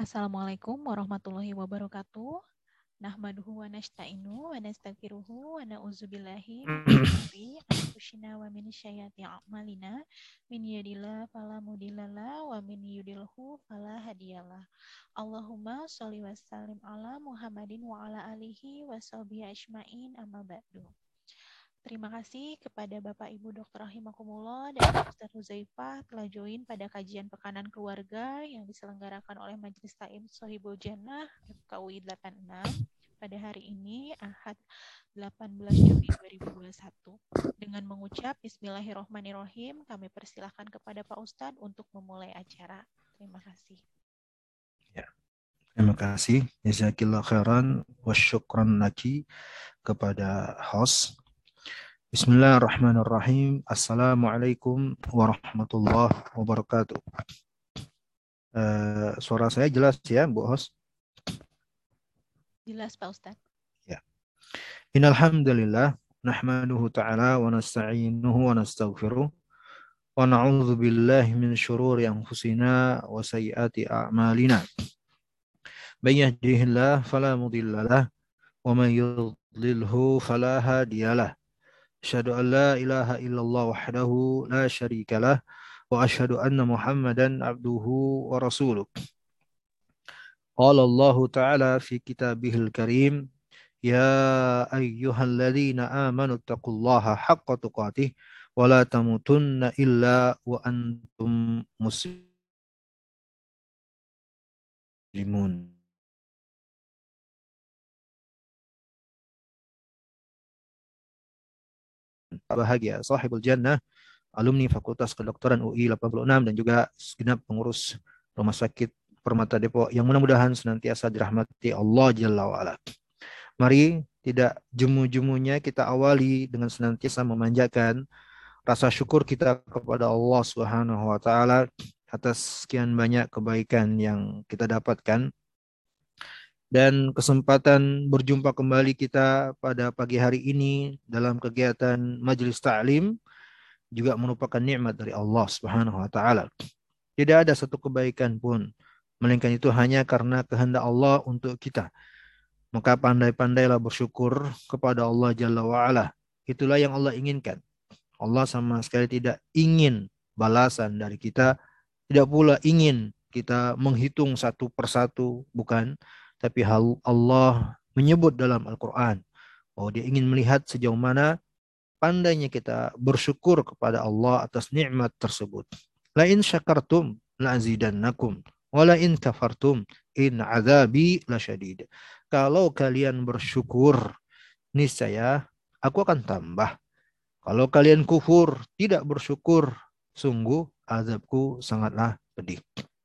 Assalamualaikum warahmatullahi wabarakatuh. Nahmaduhu wa nasta'inu wa nastaghfiruhu wa na'udzubillahi min syururi anfusina wa min sayyiati a'malina. Min yahdihillahu fala mudhillalah wa min yudhlilhu fala hadiyalah. Allahumma shalli wa sallim ala Muhammadin wa ala alihi wa sahbihi ajmain amma ba'du. Terima kasih kepada Bapak Ibu Dr. Rahimakumullah dan Ustaz Huzaifah telah join pada kajian Pekanan Keluarga yang diselenggarakan oleh Majelis Taim Sohibul Jannah FKUI 86 pada hari ini Ahad 18 Juli 2021. Dengan mengucap Bismillahirrahmanirrahim, kami persilahkan kepada Pak Ustadz untuk memulai acara. Terima kasih. Ya, terima kasih. Jazakillah khairan wa syukran laki kepada host. Bismillahirrahmanirrahim. Assalamualaikum warahmatullahi wabarakatuh. Suara saya jelas ya, Bu host? Jelas, Pak Ustadz. Ya. Innalhamdulillah nahmaduhu ta'ala wa nasta'inuhu wa nastaghfiruh wa na'udzu billahi min syururi anfusina wa sayyiati a'malina. May yahdihillahu fala mudhillalah wa may yudlilhu fala hadiyalah. Asyhadu an la ilaha illallah wahdahu la syarika lah wa asyhadu anna Muhammadan abduhu wa rasuluh. Qala Allah Ta'ala fi kitabihil karim, ya ayyuhalladzina amanu taqullaha haqqa tuqatih wa la tamutunna illa wa antum muslimun. Bahagia sahibul jannah, alumni Fakultas Kedokteran UI 86 dan juga segenap pengurus Rumah Sakit Permata Depok yang mudah-mudahan senantiasa dirahmati Allah Jalla wa'ala. Mari tidak jemu-jemunya kita awali dengan senantiasa memanjakan rasa syukur kita kepada Allah Subhanahu wa taala atas sekian banyak kebaikan yang kita dapatkan. Dan kesempatan berjumpa kembali kita pada pagi hari ini dalam kegiatan Majelis Ta'lim juga merupakan nikmat dari Allah Subhanahu wa taala. Tidak ada satu kebaikan pun melainkan itu hanya karena kehendak Allah untuk kita. Maka pandai-pandailah bersyukur kepada Allah Jalla wa Ala. Itulah yang Allah inginkan. Allah sama sekali tidak ingin balasan dari kita, tidak pula ingin kita menghitung satu persatu, bukan. Tapi Allah menyebut dalam Al-Quran bahwa dia ingin melihat sejauh mana pandainya kita bersyukur kepada Allah atas nikmat tersebut. La in syakartum la azidannakum wa la in kafartum in azabi lasyadid. Kalau kalian bersyukur, niscaya aku akan tambah. Kalau kalian kufur, tidak bersyukur, sungguh azabku sangatlah pedih.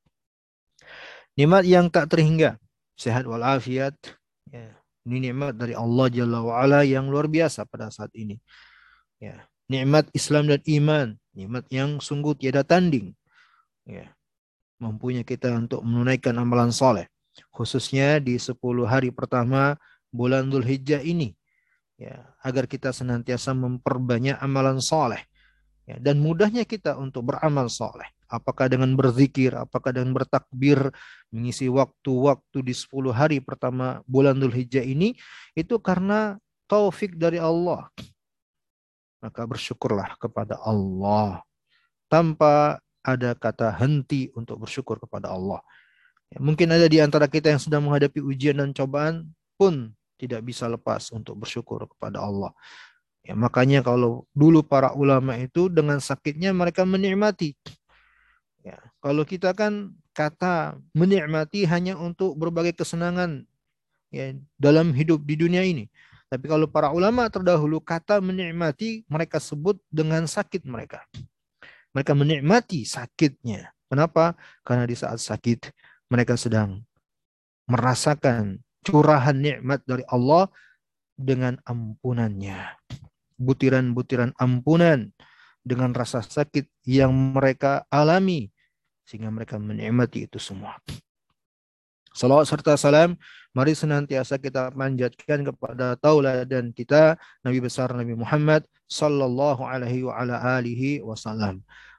Nikmat yang tak terhingga, sehat walafiat, ya, ini nikmat dari Allah Jalla wa'ala yang luar biasa pada saat ini. Ya, nikmat Islam dan iman, nikmat yang sungguh tiada tanding. Ya, mampunya kita untuk menunaikan amalan soleh, khususnya di 10 hari pertama bulan Dzulhijjah ini. Ya, agar kita senantiasa memperbanyak amalan soleh. Ya, dan mudahnya kita untuk beramal soleh. Apakah dengan berzikir, apakah dengan bertakbir, mengisi waktu-waktu di 10 hari pertama bulan Dzulhijjah ini, itu karena taufik dari Allah. Maka bersyukurlah kepada Allah. Tanpa ada kata henti untuk bersyukur kepada Allah. Ya, mungkin ada di antara kita yang sedang menghadapi ujian dan cobaan pun tidak bisa lepas untuk bersyukur kepada Allah. Ya, makanya kalau dulu para ulama itu dengan sakitnya mereka menikmati. Ya, kalau kita kan kata menikmati hanya untuk berbagai kesenangan ya, dalam hidup di dunia ini. Tapi kalau para ulama terdahulu kata menikmati mereka sebut dengan sakit mereka. Mereka menikmati sakitnya. Kenapa? Karena di saat sakit mereka sedang merasakan curahan nikmat dari Allah dengan ampunannya. Butiran-butiran ampunan dengan rasa sakit yang mereka alami sehingga mereka menikmati itu semua. Salawat serta salam mari senantiasa kita panjatkan kepada tauladan kita Nabi besar Nabi Muhammad sallallahu alaihi wa ala alihi wasallam.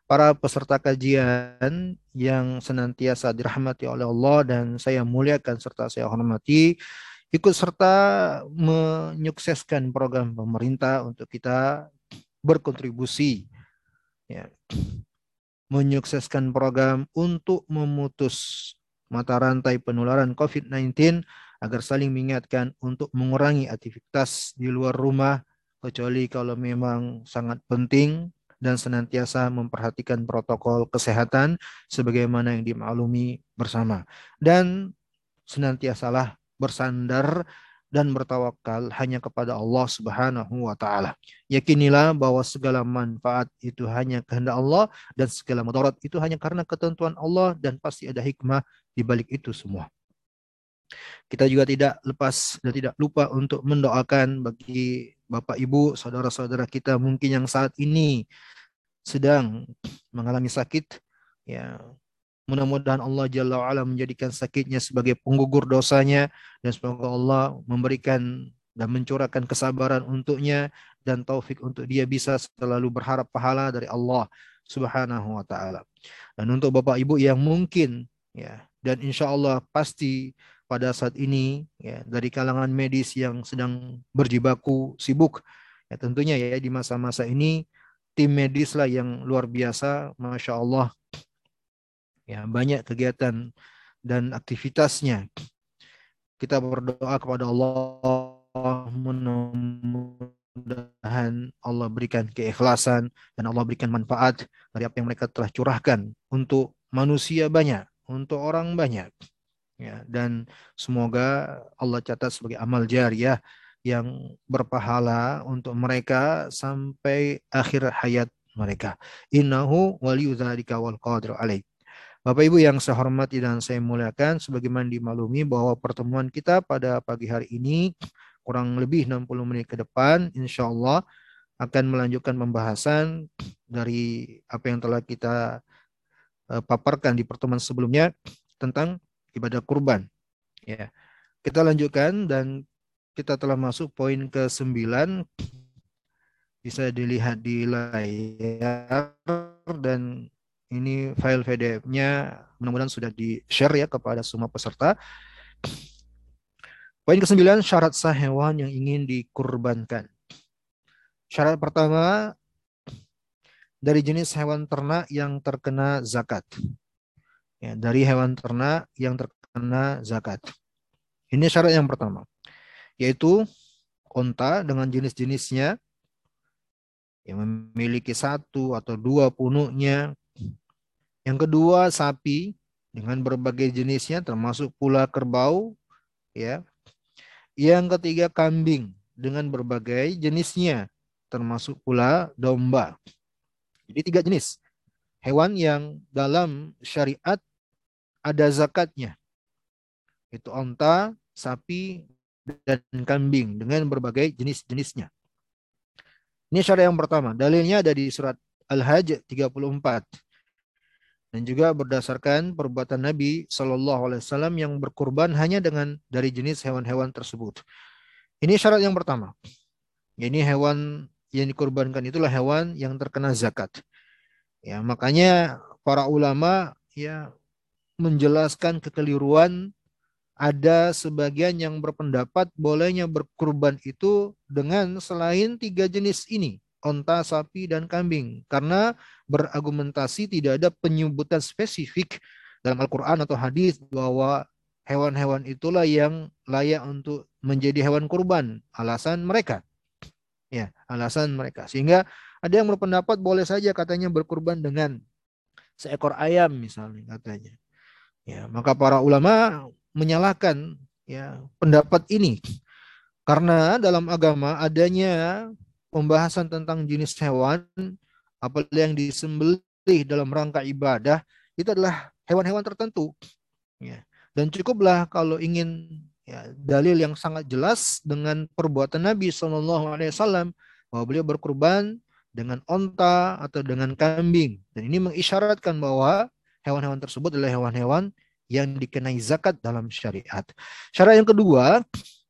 para peserta kajian yang senantiasa dirahmati oleh Allah dan saya muliakan serta saya hormati, ikut serta menyukseskan program pemerintah untuk kita berkontribusi, ya, menyukseskan program untuk memutus mata rantai penularan COVID-19 agar saling mengingatkan untuk mengurangi aktivitas di luar rumah kecuali kalau memang sangat penting dan senantiasa memperhatikan protokol kesehatan sebagaimana yang dimaklumi bersama. Dan senantiasalah bersandar dan bertawakal hanya kepada Allah Subhanahu wa taala. Yakinilah bahwa segala manfaat itu hanya kehendak Allah dan segala mudarat itu hanya karena ketentuan Allah dan pasti ada hikmah di balik itu semua. Kita juga tidak lepas dan tidak lupa untuk mendoakan bagi Bapak Ibu, saudara-saudara kita mungkin yang saat ini sedang mengalami sakit, ya, mudah-mudahan Allah Jalla wa'ala menjadikan sakitnya sebagai penggugur dosanya dan semoga Allah memberikan dan mencurahkan kesabaran untuknya dan taufik untuk dia bisa selalu berharap pahala dari Allah Subhanahu wa taala. Dan untuk Bapak Ibu yang mungkin, ya, dan insya Allah pasti pada saat ini, ya, dari kalangan medis yang sedang berjibaku sibuk, ya tentunya ya di masa-masa ini tim medis lah yang luar biasa, Masya Allah, ya, banyak kegiatan dan aktivitasnya. Kita berdoa kepada Allah, mudah-mudahan Allah berikan keikhlasan dan Allah berikan manfaat dari apa yang mereka telah curahkan untuk manusia banyak, untuk orang banyak, ya, dan semoga Allah catat sebagai amal jariyah yang berpahala untuk mereka sampai akhir hayat mereka. Innahu waliyudzalika wal qadir alaih. Bapak Ibu yang saya hormati dan saya muliakan, sebagaimana dimaklumi bahwa pertemuan kita pada pagi hari ini kurang lebih 60 menit ke depan, insya Allah akan melanjutkan pembahasan dari apa yang telah kita paparkan di pertemuan sebelumnya tentang ibadah kurban. Ya, kita lanjutkan dan kita telah masuk poin ke-9, bisa dilihat di layar dan ini file PDF-nya mudah-mudahan sudah di-share ya kepada semua peserta. Poin ke-9, syarat sah hewan yang ingin dikurbankan. Syarat pertama, dari jenis hewan ternak yang terkena zakat. Ya, dari hewan ternak yang terkena zakat. Ini syarat yang pertama, yaitu unta dengan jenis-jenisnya yang memiliki 1 atau 2 punuknya. Yang kedua, sapi dengan berbagai jenisnya termasuk pula kerbau, ya. Yang ketiga, kambing dengan berbagai jenisnya termasuk pula domba. Jadi 3 jenis hewan yang dalam syariat ada zakatnya. Itu onta, sapi, dan kambing dengan berbagai jenis-jenisnya. Ini syarat yang pertama. Dalilnya ada di surat Al-Hajj 34. Dan juga berdasarkan perbuatan Nabi Shallallahu Alaihi Wasallam yang berkurban hanya dengan dari jenis hewan-hewan tersebut. Ini syarat yang pertama. Ini hewan yang dikurbankan itulah hewan yang terkena zakat. Ya, makanya para ulama ya menjelaskan kekeliruan, ada sebagian yang berpendapat bolehnya berkurban itu dengan selain 3 jenis ini, onta, sapi, dan kambing. Karena berargumentasi tidak ada penyebutan spesifik dalam Al-Quran atau hadis bahwa hewan-hewan itulah yang layak untuk menjadi hewan kurban. Alasan mereka. Ya, alasan mereka. Sehingga ada yang berpendapat boleh saja katanya berkurban dengan seekor ayam misalnya katanya. Ya, maka para ulama menyalahkan ya pendapat ini karena dalam agama adanya pembahasan tentang jenis hewan apalagi yang disembelih dalam rangka ibadah itu adalah hewan-hewan tertentu, ya. Dan cukuplah kalau ingin ya, dalil yang sangat jelas dengan perbuatan Nabi SAW bahwa beliau berkurban dengan onta atau dengan kambing, dan ini mengisyaratkan bahwa hewan-hewan tersebut adalah hewan-hewan yang dikenai zakat dalam syariat. Syarat yang kedua,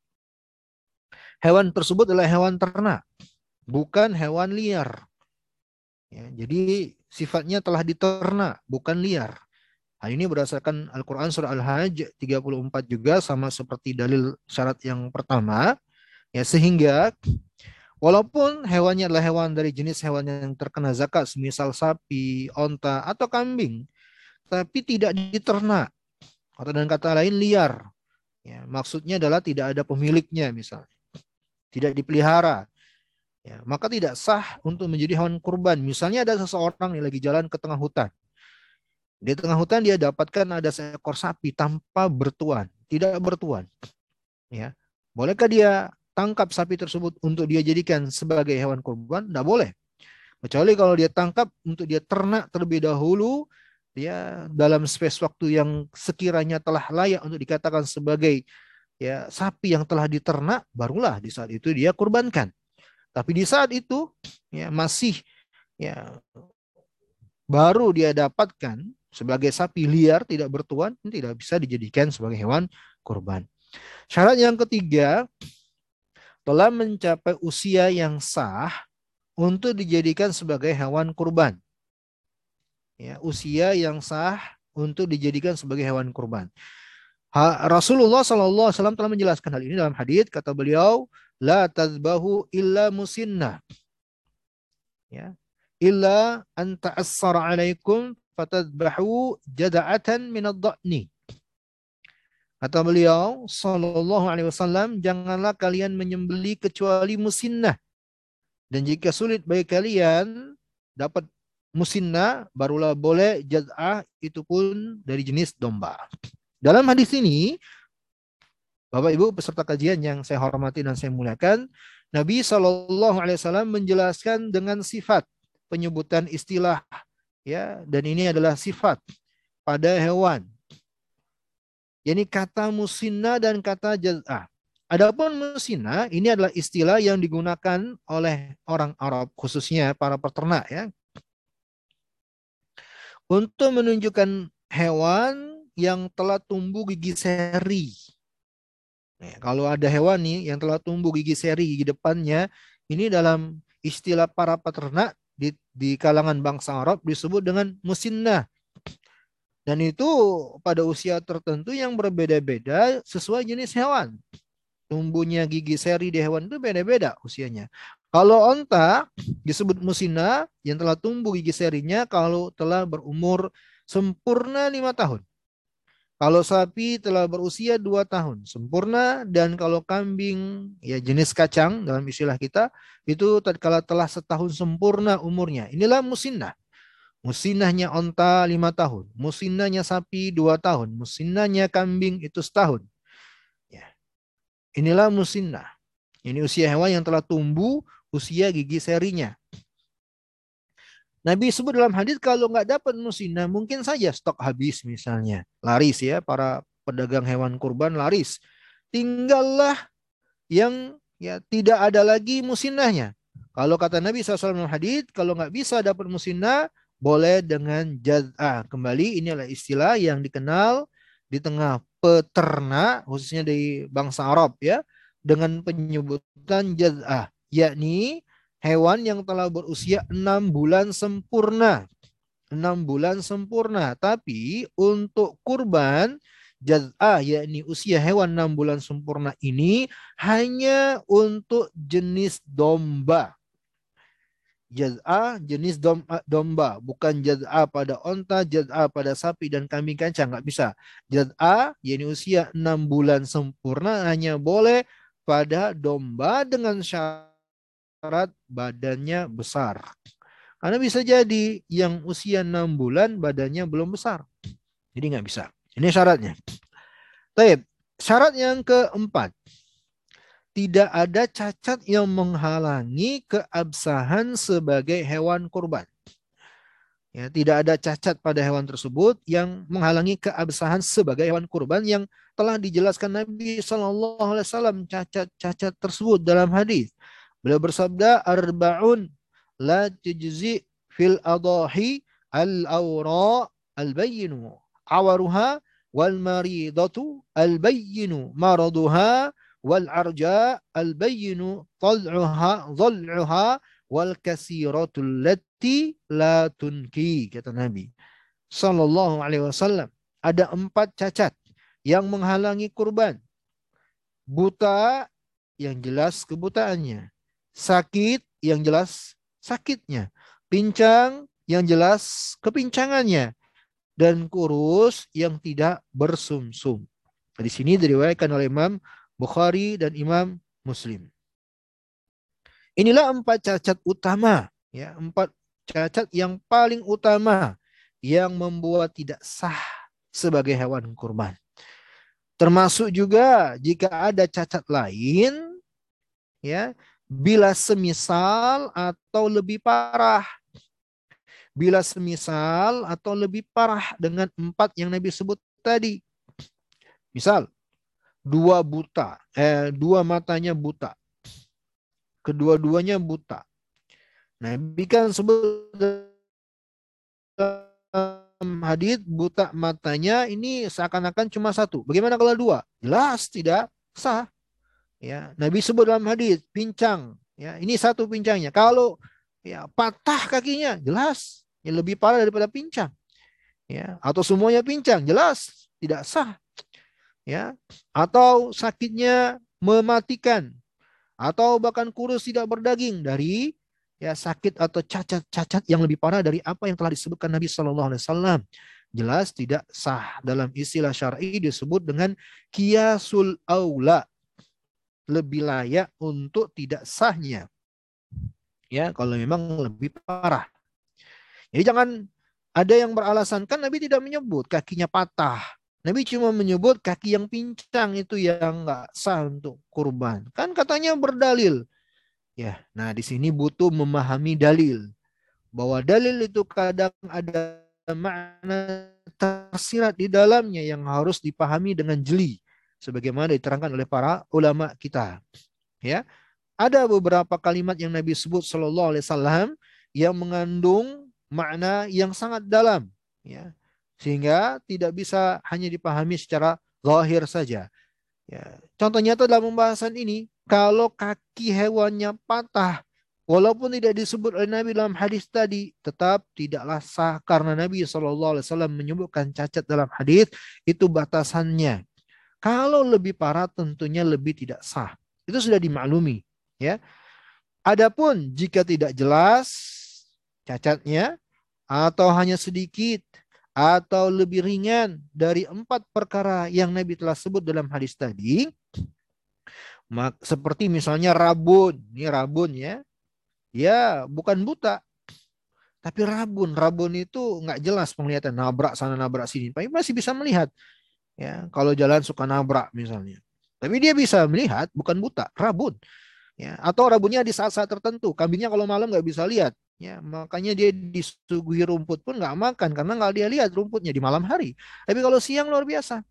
hewan tersebut adalah hewan ternak, bukan hewan liar. Ya, jadi sifatnya telah diternak, bukan liar. Hal ini berdasarkan Al-Quran surah Al-Hajj 34 juga sama seperti dalil syarat yang pertama. Ya, sehingga walaupun hewannya adalah hewan dari jenis hewan yang terkena zakat, semisal sapi, onta, atau kambing, tapi tidak diternak, atau dengan kata lain liar. Ya, maksudnya adalah tidak ada pemiliknya misalnya, tidak dipelihara. Ya, maka tidak sah untuk menjadi hewan kurban. Misalnya ada seseorang yang lagi jalan ke tengah hutan. Di tengah hutan dia dapatkan ada seekor sapi tanpa bertuan, tidak bertuan. Ya, bolehkah dia tangkap sapi tersebut untuk dia jadikan sebagai hewan kurban? Tidak boleh. Kecuali kalau dia tangkap untuk dia ternak terlebih dahulu, dia dalam space waktu yang sekiranya telah layak untuk dikatakan sebagai ya sapi yang telah diternak, barulah di saat itu dia kurbankan. Tapi di saat itu ya masih ya baru dia dapatkan sebagai sapi liar tidak bertuan, tidak bisa dijadikan sebagai hewan kurban. Syarat yang ketiga, telah mencapai usia yang sah untuk dijadikan sebagai hewan kurban. Ya, usia yang sah untuk dijadikan sebagai hewan kurban. Rasulullah SAW telah menjelaskan hal ini dalam hadits, kata beliau, la tazbahu illa musinna. Ya. Illa an ta'assara alaikum fatadbahu jada'atan minad dha'ni. Kata beliau sallallahu alaihi wasallam, janganlah kalian menyembelih kecuali musinnah. Dan jika sulit bagi kalian dapat musinnah, barulah boleh jaz'ah, itu pun dari jenis domba. Dalam hadis ini, Bapak Ibu peserta kajian yang saya hormati dan saya muliakan, Nabi sallallahu alaihi wasallam menjelaskan dengan sifat, penyebutan istilah, ya, dan ini adalah sifat pada hewan. Yani kata musinnah dan kata jaz'ah. Adapun musinnah ini adalah istilah yang digunakan oleh orang Arab, khususnya para peternak, ya, untuk menunjukkan hewan yang telah tumbuh gigi seri. Nah, kalau ada hewan nih yang telah tumbuh gigi seri gigi depannya, ini dalam istilah para peternak di kalangan bangsa Arab disebut dengan musinnah. Dan itu pada usia tertentu yang berbeda-beda sesuai jenis hewan. Tumbuhnya gigi seri di hewan itu beda-beda usianya. Kalau onta disebut musinnah yang telah tumbuh gigi serinya kalau telah berumur sempurna 5 tahun. Kalau sapi telah berusia 2 tahun sempurna, dan kalau kambing ya jenis kacang dalam istilah kita itu tatkala telah setahun sempurna umurnya. Inilah musinnah. Musinnahnya onta 5 tahun, musinnahnya sapi 2 tahun, musinnahnya kambing itu setahun. Ya. Inilah musinnah. Ini usia hewan yang telah tumbuh usia gigi serinya. Nabi sebut dalam hadis kalau nggak dapat musinnah mungkin saja stok habis misalnya. Laris ya, para pedagang hewan kurban laris. Tinggallah yang ya tidak ada lagi musinnahnya. Kalau kata Nabi SAW dalam hadis, kalau nggak bisa dapat musinnah, boleh dengan jaz'ah. Kembali ini adalah istilah yang dikenal di tengah peternak, khususnya di bangsa Arab ya, dengan penyebutan jaz'ah, yakni hewan yang telah berusia 6 bulan sempurna. 6 bulan sempurna. Tapi untuk kurban jaz'ah, yakni usia hewan 6 bulan sempurna ini hanya untuk jenis domba. Jaz'ah jenis domba, bukan jaz'ah pada onta, jaz'ah pada sapi dan kambing kancang, nggak bisa. Jaz'ah yakni usia 6 bulan sempurna hanya boleh pada domba dengan syarat badannya besar. Karena bisa jadi yang usia 6 bulan badannya belum besar. Jadi nggak bisa. Ini syaratnya. Baik, syarat yang keempat. Tidak ada cacat yang menghalangi keabsahan sebagai hewan kurban. Ya, tidak ada cacat pada hewan tersebut yang menghalangi keabsahan sebagai hewan kurban yang telah dijelaskan Nabi Shallallahu Alaihi Wasallam cacat-cacat tersebut dalam hadis. Beliau bersabda, arba'un la tujzi fil adahi al-awra al-bayyinu awaruha wal maridatu al-bayyinu maraduha wal arja al-bayyinu tal'uha wal kasiratul allati la tunki, kata Nabi Sallallahu Alaihi Wasallam. Ada 4 cacat yang menghalangi kurban. Buta, yang jelas kebutaannya. Sakit, yang jelas sakitnya. Pincang, yang jelas kepincangannya. Dan kurus, yang tidak bersumsum. Di sini diriwayatkan oleh Imam Bukhari dan Imam Muslim. Inilah 4 cacat utama, ya, 4 cacat yang paling utama yang membuat tidak sah sebagai hewan kurban. Termasuk juga jika ada cacat lain, ya, bila semisal atau lebih parah. Bila semisal atau lebih parah dengan 4 yang Nabi sebut tadi. Misal, 2 matanya buta. Kedua-duanya buta. Nabi kan sebut dalam hadits buta matanya ini seakan-akan cuma 1. Bagaimana kalau 2? Jelas tidak sah. Ya, Nabi sebut dalam hadits pincang. Ya, ini 1 pincangnya. Kalau ya patah kakinya, jelas ya lebih parah daripada pincang. Ya, atau semuanya pincang, jelas tidak sah. Ya, atau sakitnya mematikan, atau bahkan kurus tidak berdaging dari ya sakit atau cacat-cacat yang lebih parah dari apa yang telah disebutkan Nabi Shallallahu Alaihi Wasallam, jelas tidak sah. Dalam istilah syar'i disebut dengan qiyasul aula, lebih layak untuk tidak sahnya. Ya, kalau memang lebih parah. Jadi jangan ada yang beralasan, kan Nabi tidak menyebut kakinya patah. Nabi cuma menyebut kaki yang pincang itu yang nggak sah untuk kurban. Kan katanya berdalil. Ya, nah di sini butuh memahami dalil. Bahwa dalil itu kadang ada makna tersirat di dalamnya yang harus dipahami dengan jeli. Sebagaimana diterangkan oleh para ulama kita. Ya, ada beberapa kalimat yang Nabi sebut Sallallahu Alaihi Wasallam yang mengandung makna yang sangat dalam. Ya, sehingga tidak bisa hanya dipahami secara zahir saja. Ya, contoh nyata dalam pembahasan ini, kalau kaki hewannya patah, walaupun tidak disebut oleh Nabi dalam hadis tadi, tetap tidaklah sah karena Nabi SAW menyebutkan cacat dalam hadis itu batasannya. Kalau lebih parah tentunya lebih tidak sah. Itu sudah dimaklumi. Ya. Adapun jika tidak jelas cacatnya atau hanya sedikit atau lebih ringan dari 4 perkara yang Nabi telah sebut dalam hadis tadi, seperti misalnya rabun, ini rabun ya, ya bukan buta, tapi rabun. Rabun itu nggak jelas penglihatan, nabrak sana nabrak sini, tapi masih bisa melihat. Ya, kalau jalan suka nabrak misalnya, tapi dia bisa melihat, bukan buta, rabun. Ya, atau rabunnya di saat-saat tertentu. Kambingnya kalau malam nggak bisa lihat. Ya, makanya dia disuguhi rumput pun nggak makan karena nggak dia lihat rumputnya di malam hari. Tapi kalau siang luar biasa.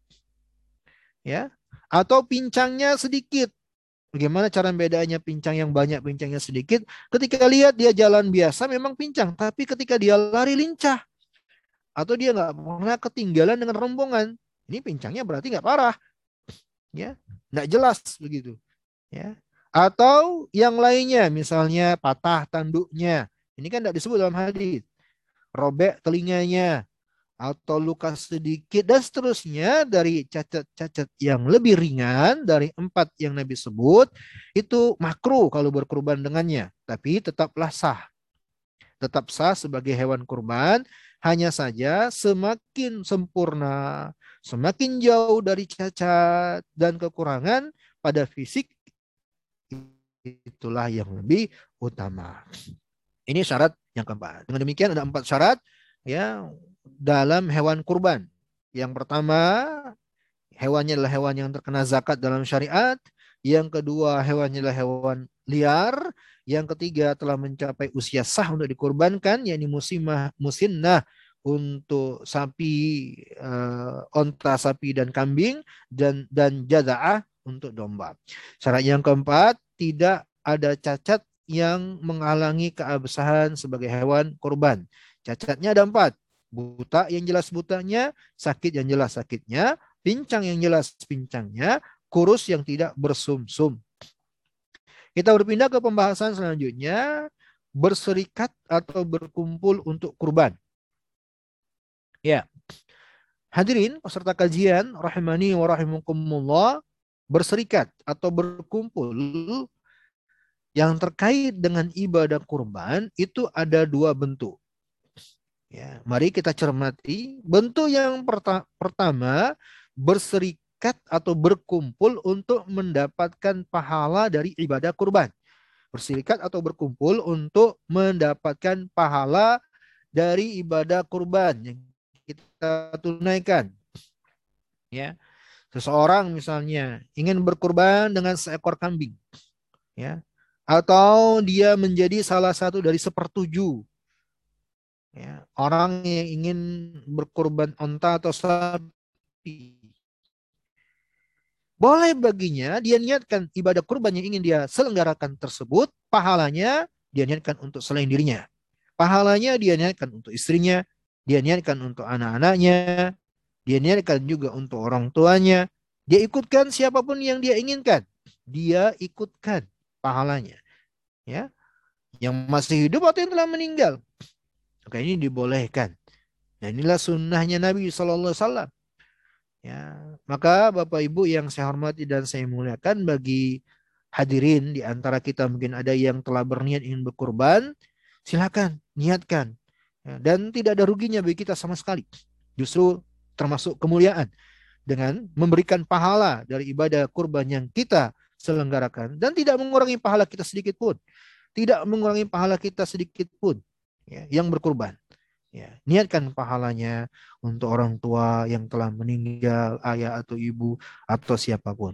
Ya, atau pincangnya sedikit. Bagaimana cara bedanya pincang yang banyak, pincang yang sedikit? Ketika lihat dia jalan biasa memang pincang, tapi ketika dia lari lincah atau dia nggak pernah ketinggalan dengan rombongan, ini pincangnya berarti nggak parah. Ya, nggak jelas begitu. Ya. Atau yang lainnya, misalnya patah tanduknya. Ini kan tidak disebut dalam hadis. Robek telinganya, atau luka sedikit, dan seterusnya dari cacat-cacat yang lebih ringan dari 4 yang Nabi sebut, itu makruh kalau berkurban dengannya. Tapi tetaplah sah. Tetap sah sebagai hewan kurban, hanya saja semakin sempurna, semakin jauh dari cacat dan kekurangan pada fisik, itulah yang lebih utama. Ini syarat yang keempat. Dengan demikian ada 4 syarat ya dalam hewan kurban. Yang pertama, hewannya adalah hewan yang terkena zakat dalam syariat. Yang kedua, hewannya adalah hewan liar. Yang ketiga, telah mencapai usia sah untuk dikurbankan, yakni musinnah untuk sapi, onta sapi dan kambing, dan jaza'ah untuk domba. Syarat yang keempat, tidak ada cacat yang menghalangi keabsahan sebagai hewan kurban. Cacatnya ada 4. Buta yang jelas butanya, sakit yang jelas sakitnya, pincang yang jelas pincangnya, kurus yang tidak bersumsum. Kita berpindah ke pembahasan selanjutnya. berserikat atau berkumpul untuk kurban. Ya, hadirin peserta kajian rahimani wa rahimakumullah, berserikat atau berkumpul yang terkait dengan ibadah kurban itu ada dua bentuk. Ya, mari kita cermati. Bentuk yang pertama, berserikat atau berkumpul untuk mendapatkan pahala dari ibadah kurban. Berserikat atau berkumpul untuk mendapatkan pahala dari ibadah kurban yang kita tunaikan. Ya, seseorang misalnya ingin berkurban dengan seekor kambing, ya, atau dia menjadi salah satu dari sepertujuh, ya, orang yang ingin berkurban onta atau sapi, boleh baginya dia niatkan ibadah kurban yang ingin dia selenggarakan tersebut, pahalanya dia niatkan untuk selain dirinya. Pahalanya dia niatkan untuk istrinya, dia niatkan untuk anak-anaknya, dia niatkan juga untuk orang tuanya. Dia ikutkan siapapun yang dia inginkan. Dia ikutkan pahalanya. Ya, yang masih hidup atau yang telah meninggal. Maka ini dibolehkan. Dan inilah sunnahnya Nabi SAW. Ya, maka Bapak Ibu yang saya hormati dan saya muliakan, bagi hadirin di antara kita mungkin ada yang telah berniat ingin berkurban, silakan niatkan. Ya, dan tidak ada ruginya bagi kita sama sekali. Justru termasuk kemuliaan dengan memberikan pahala dari ibadah kurban yang kita selenggarakan dan tidak mengurangi pahala kita sedikit pun. Tidak mengurangi pahala kita sedikit pun, ya, yang berkurban. Ya, niatkan pahalanya untuk orang tua yang telah meninggal, ayah atau ibu atau siapapun.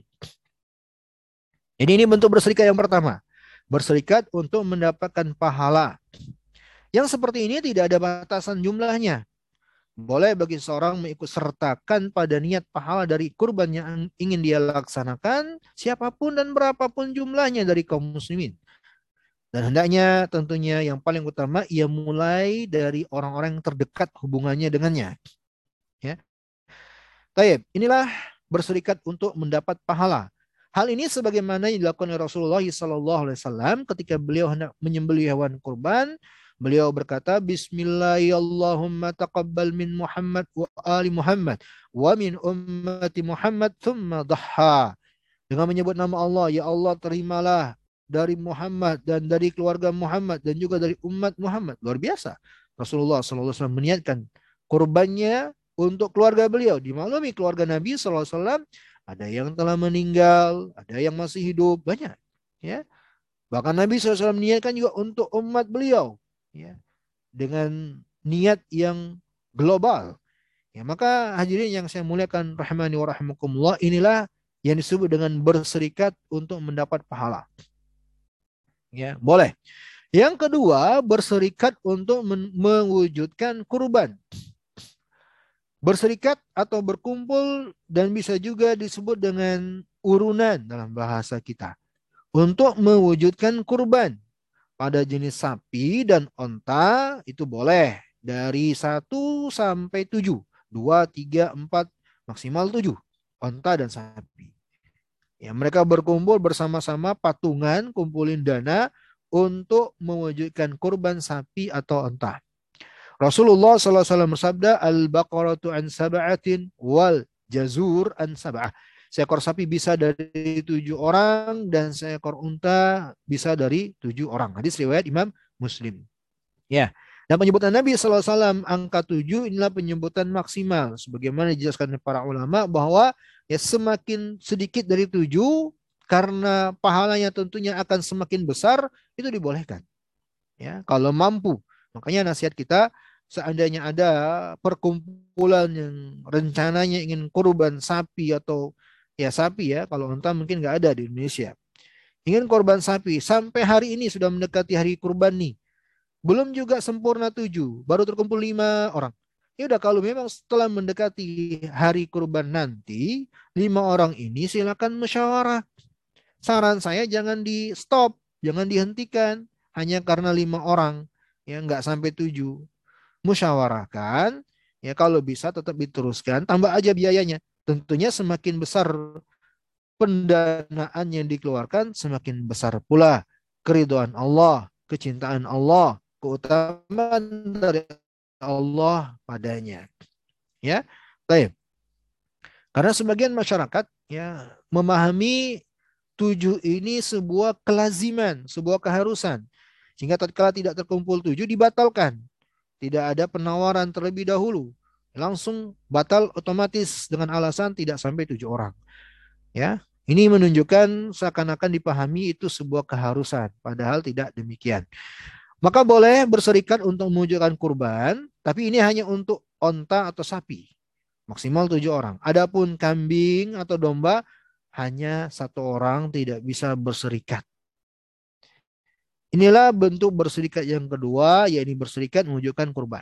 Jadi ini bentuk berserikat yang pertama. Berserikat untuk mendapatkan pahala. Yang seperti ini tidak ada batasan jumlahnya. Boleh bagi seorang mengikut sertakan pada niat pahala dari kurban yang ingin dia laksanakan, siapapun dan berapapun jumlahnya dari kaum muslimin. Dan hendaknya tentunya yang paling utama ia mulai dari orang-orang yang terdekat hubungannya dengannya. Ya. Taib, inilah berserikat untuk mendapat pahala. Hal ini sebagaimana yang dilakukan oleh Rasulullah SAW ketika beliau hendak menyembelih hewan kurban. Beliau berkata, Bismillahirrahmanirrahim, taqabbal min Muhammad wa ali Muhammad wa min ummati Muhammad thumma dhaha. Dengan menyebut nama Allah, ya Allah terimalah dari Muhammad dan dari keluarga Muhammad dan juga dari umat Muhammad. Luar biasa. Rasulullah SAW meniatkan kurbannya untuk keluarga beliau. Dimaklumi keluarga Nabi SAW ada yang telah meninggal, ada yang masih hidup, banyak. Ya, bahkan Nabi SAW meniatkan juga untuk umat beliau, ya, dengan niat yang global. Ya, maka hadirin yang saya muliakan rahimani wa rahimakumullah, inilah yang disebut dengan berserikat untuk mendapat pahala. Ya, boleh. Yang kedua, berserikat untuk mewujudkan kurban. Berserikat atau berkumpul dan bisa juga disebut dengan urunan dalam bahasa kita. Untuk mewujudkan kurban pada jenis sapi dan onta itu boleh dari 1 sampai 7, 2, 3, 4, maksimal 7 onta dan sapi. Ya, mereka berkumpul bersama-sama patungan, kumpulin dana untuk mewujudkan kurban sapi atau onta. Rasulullah SAW bersabda, Al-Baqaratu an sab'atin wal jazur an sab'ah. Seekor sapi bisa dari 7 orang dan seekor unta bisa dari 7 orang. Hadis riwayat Imam Muslim. Ya. Dan penyebutan Nabi SAW angka 7 inilah penyebutan maksimal. Sebagaimana dijelaskan oleh para ulama bahwa ya semakin sedikit dari 7 karena pahalanya tentunya akan semakin besar, itu dibolehkan. Ya, kalau mampu. Makanya nasihat kita, seandainya ada perkumpulan yang rencananya ingin kurban sapi atau ya sapi, ya, kalau unta mungkin nggak ada di Indonesia. Ingin korban sapi, sampai hari ini sudah mendekati hari kurban nih. Belum juga sempurna 7, baru terkumpul 5 orang. Ya udah, kalau memang setelah mendekati hari kurban nanti, 5 orang ini silakan musyawarah. Saran saya jangan di stop, jangan dihentikan hanya karena 5 orang, ya nggak sampai 7. Musyawarahkan, ya kalau bisa tetap diteruskan, tambah aja biayanya. Tentunya semakin besar pendanaan yang dikeluarkan, semakin besar pula keridhaan Allah kecintaan Allah, keutamaan dari Allah padanya. Ya, baik. Karena sebagian masyarakat ya memahami 7 ini sebuah kelaziman, sebuah keharusan. Sehingga tatkala tidak terkumpul 7 dibatalkan. Tidak ada penawaran terlebih dahulu. Langsung batal otomatis dengan alasan tidak sampai 7 orang. Ya, ini menunjukkan seakan-akan dipahami itu sebuah keharusan, padahal tidak demikian. Maka boleh berserikat untuk menunjukkan kurban, tapi ini hanya untuk onta atau sapi. Maksimal 7 orang. Adapun kambing atau domba hanya 1 orang tidak bisa berserikat. Inilah bentuk berserikat yang kedua, yaitu berserikat menunjukkan kurban.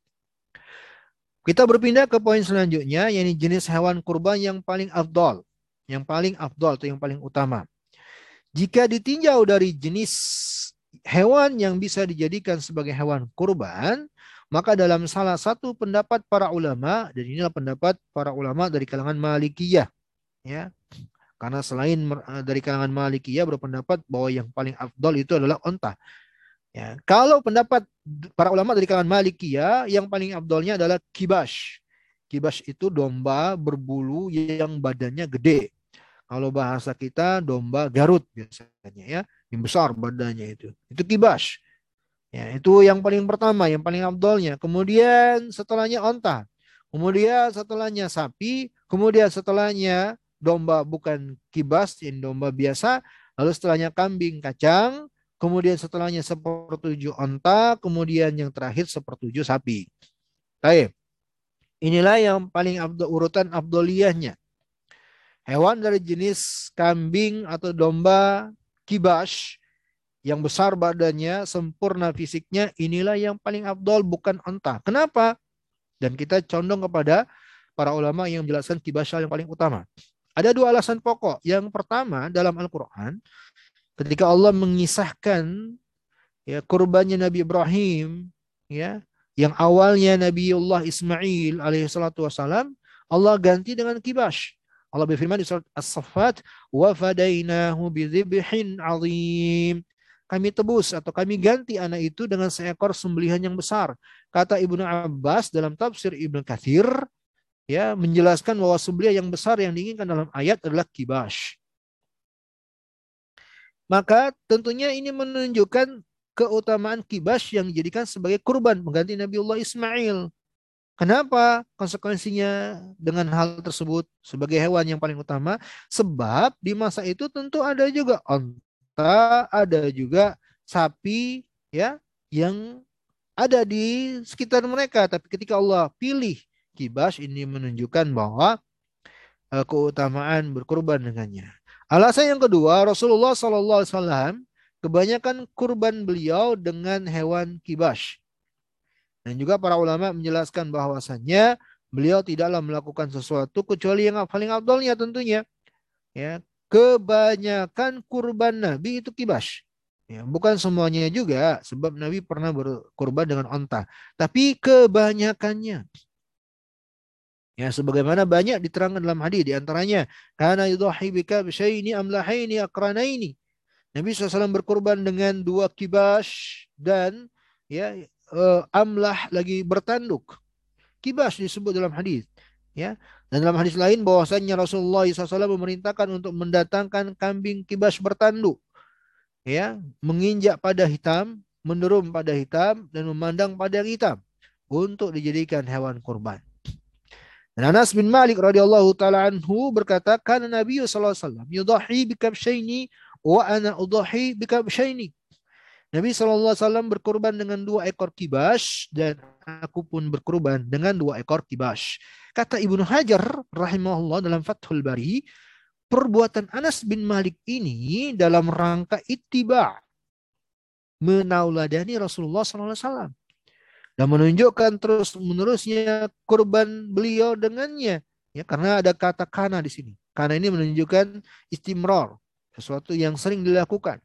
Kita berpindah ke poin selanjutnya, yaitu jenis hewan kurban yang paling afdol. Yang paling afdol atau yang paling utama. Jika ditinjau dari jenis hewan yang bisa dijadikan sebagai hewan kurban, maka dalam salah satu pendapat para ulama, dan inilah pendapat para ulama dari kalangan Malikiyah, ya, karena selain dari kalangan Malikiyah berpendapat bahwa yang paling afdol itu adalah onta. Ya, kalau pendapat para ulama dari kalangan Malikiyah, yang paling afdolnya adalah kibash. Kibash itu domba berbulu yang badannya gede. Kalau bahasa kita domba Garut biasanya ya, yang besar badannya itu. Itu kibash. Ya, itu yang paling pertama, yang paling afdolnya. Kemudian setelahnya onta. Kemudian setelahnya sapi. Kemudian setelahnya domba bukan kibas, yang domba biasa. Lalu setelahnya kambing kacang. Kemudian setelahnya sepertujuh onta. Kemudian yang terakhir sepertujuh sapi. Baik. Inilah yang paling urutan afdoliyahnya. Hewan dari jenis kambing atau domba kibas yang besar badannya, sempurna fisiknya, inilah yang paling afdol, bukan onta. Kenapa? Dan kita condong kepada para ulama yang menjelaskan kibasya yang paling utama. Ada 2 alasan pokok. Yang pertama, dalam Al-Quran, ketika Allah mengisahkan ya kurbannya Nabi Ibrahim, ya, yang awalnya Nabiullah Ismail alaihissalatu wassalam, Allah ganti dengan kibas. Allah berfirman di surat As-Saffat, wa fadainahu bidzibhin azim. Kami tebus atau kami ganti anak itu dengan seekor sembelihan yang besar. Kata Ibnu Abbas dalam tafsir Ibnu Katsir, ya, menjelaskan bahwa sembelihan yang besar yang diinginkan dalam ayat adalah kibas. Maka tentunya ini menunjukkan keutamaan kibas yang dijadikan sebagai kurban mengganti Nabiullah Ismail. Kenapa konsekuensinya dengan hal tersebut sebagai hewan yang paling utama? Sebab di masa itu tentu ada juga onta, ada juga sapi, ya, yang ada di sekitar mereka. Tapi ketika Allah pilih kibas, ini menunjukkan bahwa keutamaan berkurban dengannya. Alasan yang kedua, Rasulullah SAW kebanyakan kurban beliau dengan hewan kibas. Dan juga para ulama menjelaskan bahwasannya beliau tidaklah melakukan sesuatu kecuali yang paling afdalnya tentunya. Ya, kebanyakan kurban Nabi itu kibas. Ya, bukan semuanya juga, sebab Nabi pernah berkurban dengan onta. Tapi kebanyakannya. Ya, sebagaimana banyak diterangkan dalam hadis, di antaranya kana yudhi bika bisyaini amlahaini akranaini. Nabi SAW berkurban dengan 2 kibas dan ya amlah lagi bertanduk. Kibas disebut dalam hadis. Ya, dan dalam hadis lain bahwasanya Rasulullah SAW memerintahkan untuk mendatangkan kambing kibas bertanduk. Ya, menginjak pada hitam, menderum pada hitam dan memandang pada yang hitam untuk dijadikan hewan kurban. Dan Anas bin Malik radhiyallahu taala anhu berkata, "Kana Nabi sallallahu alaihi wasallam yudhi bikabsyaini wa ana udhi bikabsyaini." Nabi sallallahu alaihi wasallam berkurban dengan 2 ekor kibas dan aku pun berkurban dengan 2 ekor kibas. Kata Ibnu Hajar rahimahullah dalam Fathul Bari, perbuatan Anas bin Malik ini dalam rangka ittiba, menauladani Rasulullah sallallahu alaihi wasallam. Dan menunjukkan terus menerusnya kurban beliau dengannya, ya, karena ada kata kana di sini. Kana ini menunjukkan istimrar, sesuatu yang sering dilakukan.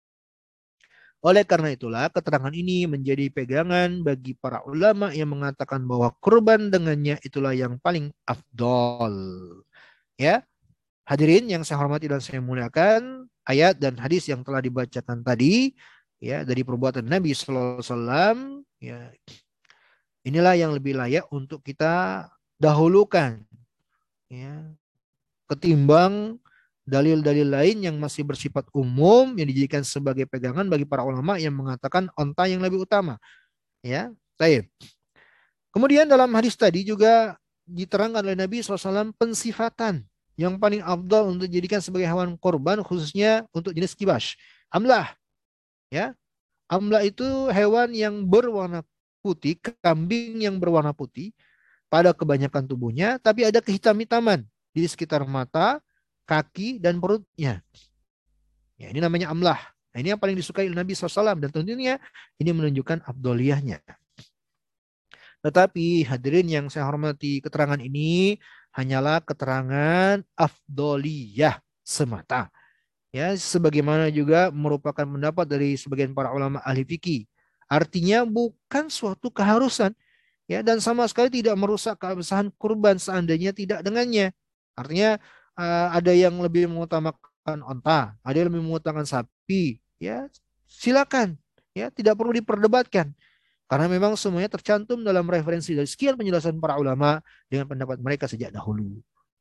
Oleh karena itulah keterangan ini menjadi pegangan bagi para ulama yang mengatakan bahwa kurban dengannya itulah yang paling afdol. Ya, hadirin yang saya hormati dan saya muliakan, ayat dan hadis yang telah dibacakan tadi ya dari perbuatan Nabi sallallahu alaihi wasallam, ya inilah yang lebih layak untuk kita dahulukan, ya, ketimbang dalil-dalil lain yang masih bersifat umum yang dijadikan sebagai pegangan bagi para ulama yang mengatakan onta yang lebih utama, ya. Baik. Kemudian dalam hadis tadi juga diterangkan oleh Nabi SAW pensifatan yang paling afdal untuk dijadikan sebagai hewan korban khususnya untuk jenis kibas. Amlah, ya. Amlah itu hewan yang berwarna putih, kambing yang berwarna putih pada kebanyakan tubuhnya, tapi ada kehitam-hitaman di sekitar mata, kaki, dan perutnya. Ya, ini namanya amlah. Nah, ini yang paling disukai oleh Nabi SAW dan tentunya ini menunjukkan abdoliyahnya. Tetapi hadirin yang saya hormati, keterangan ini hanyalah keterangan afdoliyah semata. Ya, sebagaimana juga merupakan pendapat dari sebagian para ulama ahli fikih. Artinya bukan suatu keharusan, ya, dan sama sekali tidak merusak keabsahan kurban seandainya tidak dengannya. Artinya ada yang lebih mengutamakan onta, ada yang lebih mengutamakan sapi, ya silakan, ya tidak perlu diperdebatkan. Karena memang semuanya tercantum dalam referensi dari sekian penjelasan para ulama dengan pendapat mereka sejak dahulu.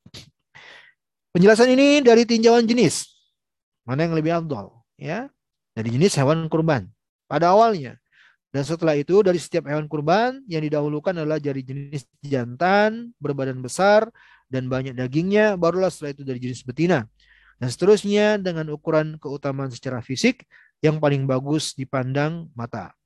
Penjelasan ini dari tinjauan jenis, mana yang lebih afdal, ya, dari jenis hewan kurban pada awalnya. Dan setelah itu dari setiap hewan kurban yang didahulukan adalah dari jenis jantan, berbadan besar, dan banyak dagingnya, barulah setelah itu dari jenis betina. Dan seterusnya dengan ukuran keutamaan secara fisik yang paling bagus dipandang mata.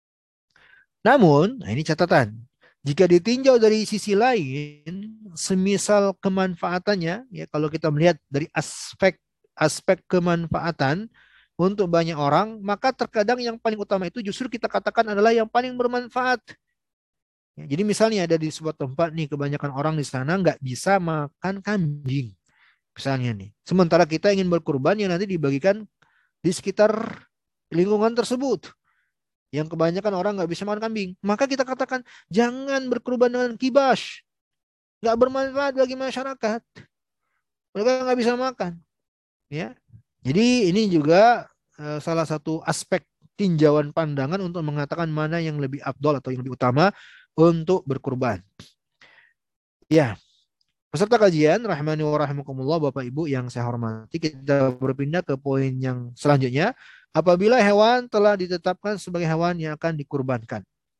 Namun, nah ini catatan, jika ditinjau dari sisi lain, semisal kemanfaatannya, ya kalau kita melihat dari aspek kemanfaatan untuk banyak orang, maka terkadang yang paling utama itu justru kita katakan adalah yang paling bermanfaat. Ya, jadi misalnya ada di sebuah tempat nih, kebanyakan orang di sana nggak bisa makan kambing, misalnya nih. Sementara kita ingin berkurban yang nanti dibagikan di sekitar lingkungan tersebut yang kebanyakan orang nggak bisa makan kambing, maka kita katakan jangan berkurban dengan kibas, nggak bermanfaat bagi masyarakat, mereka nggak bisa makan, ya. Jadi ini juga salah satu aspek tinjauan pandangan untuk mengatakan mana yang lebih afdol atau yang lebih utama untuk berkurban. Ya, peserta kajian rahmani wa rahimakumullah, Bapak Ibu yang saya hormati, kita berpindah ke poin yang selanjutnya. Apabila hewan telah ditetapkan sebagai hewan yang akan dikurbankan.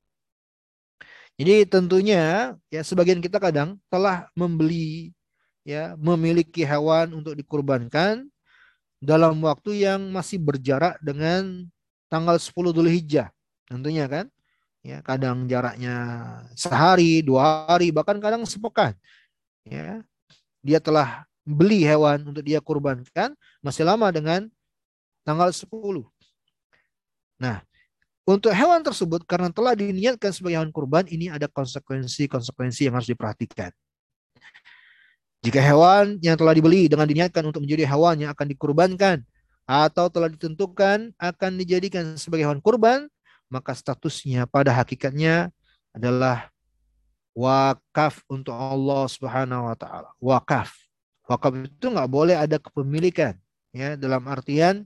Jadi tentunya ya sebagian kita kadang telah membeli, ya memiliki hewan untuk dikurbankan dalam waktu yang masih berjarak dengan tanggal 10 Dzulhijjah. Tentunya kan, ya kadang jaraknya sehari, 2 hari, bahkan kadang sepekan. Ya, dia telah beli hewan untuk dia kurbankan masih lama dengan tanggal 10. Nah, untuk hewan tersebut karena telah diniatkan sebagai hewan kurban, ini ada konsekuensi-konsekuensi yang harus diperhatikan. Jika hewan yang telah dibeli dengan diniatkan untuk menjadi hewan yang akan dikurbankan atau telah ditentukan akan dijadikan sebagai hewan kurban, maka statusnya pada hakikatnya adalah wakaf untuk Allah Subhanahu wa taala. Wakaf. Wakaf itu nggak boleh ada kepemilikan, ya, dalam artian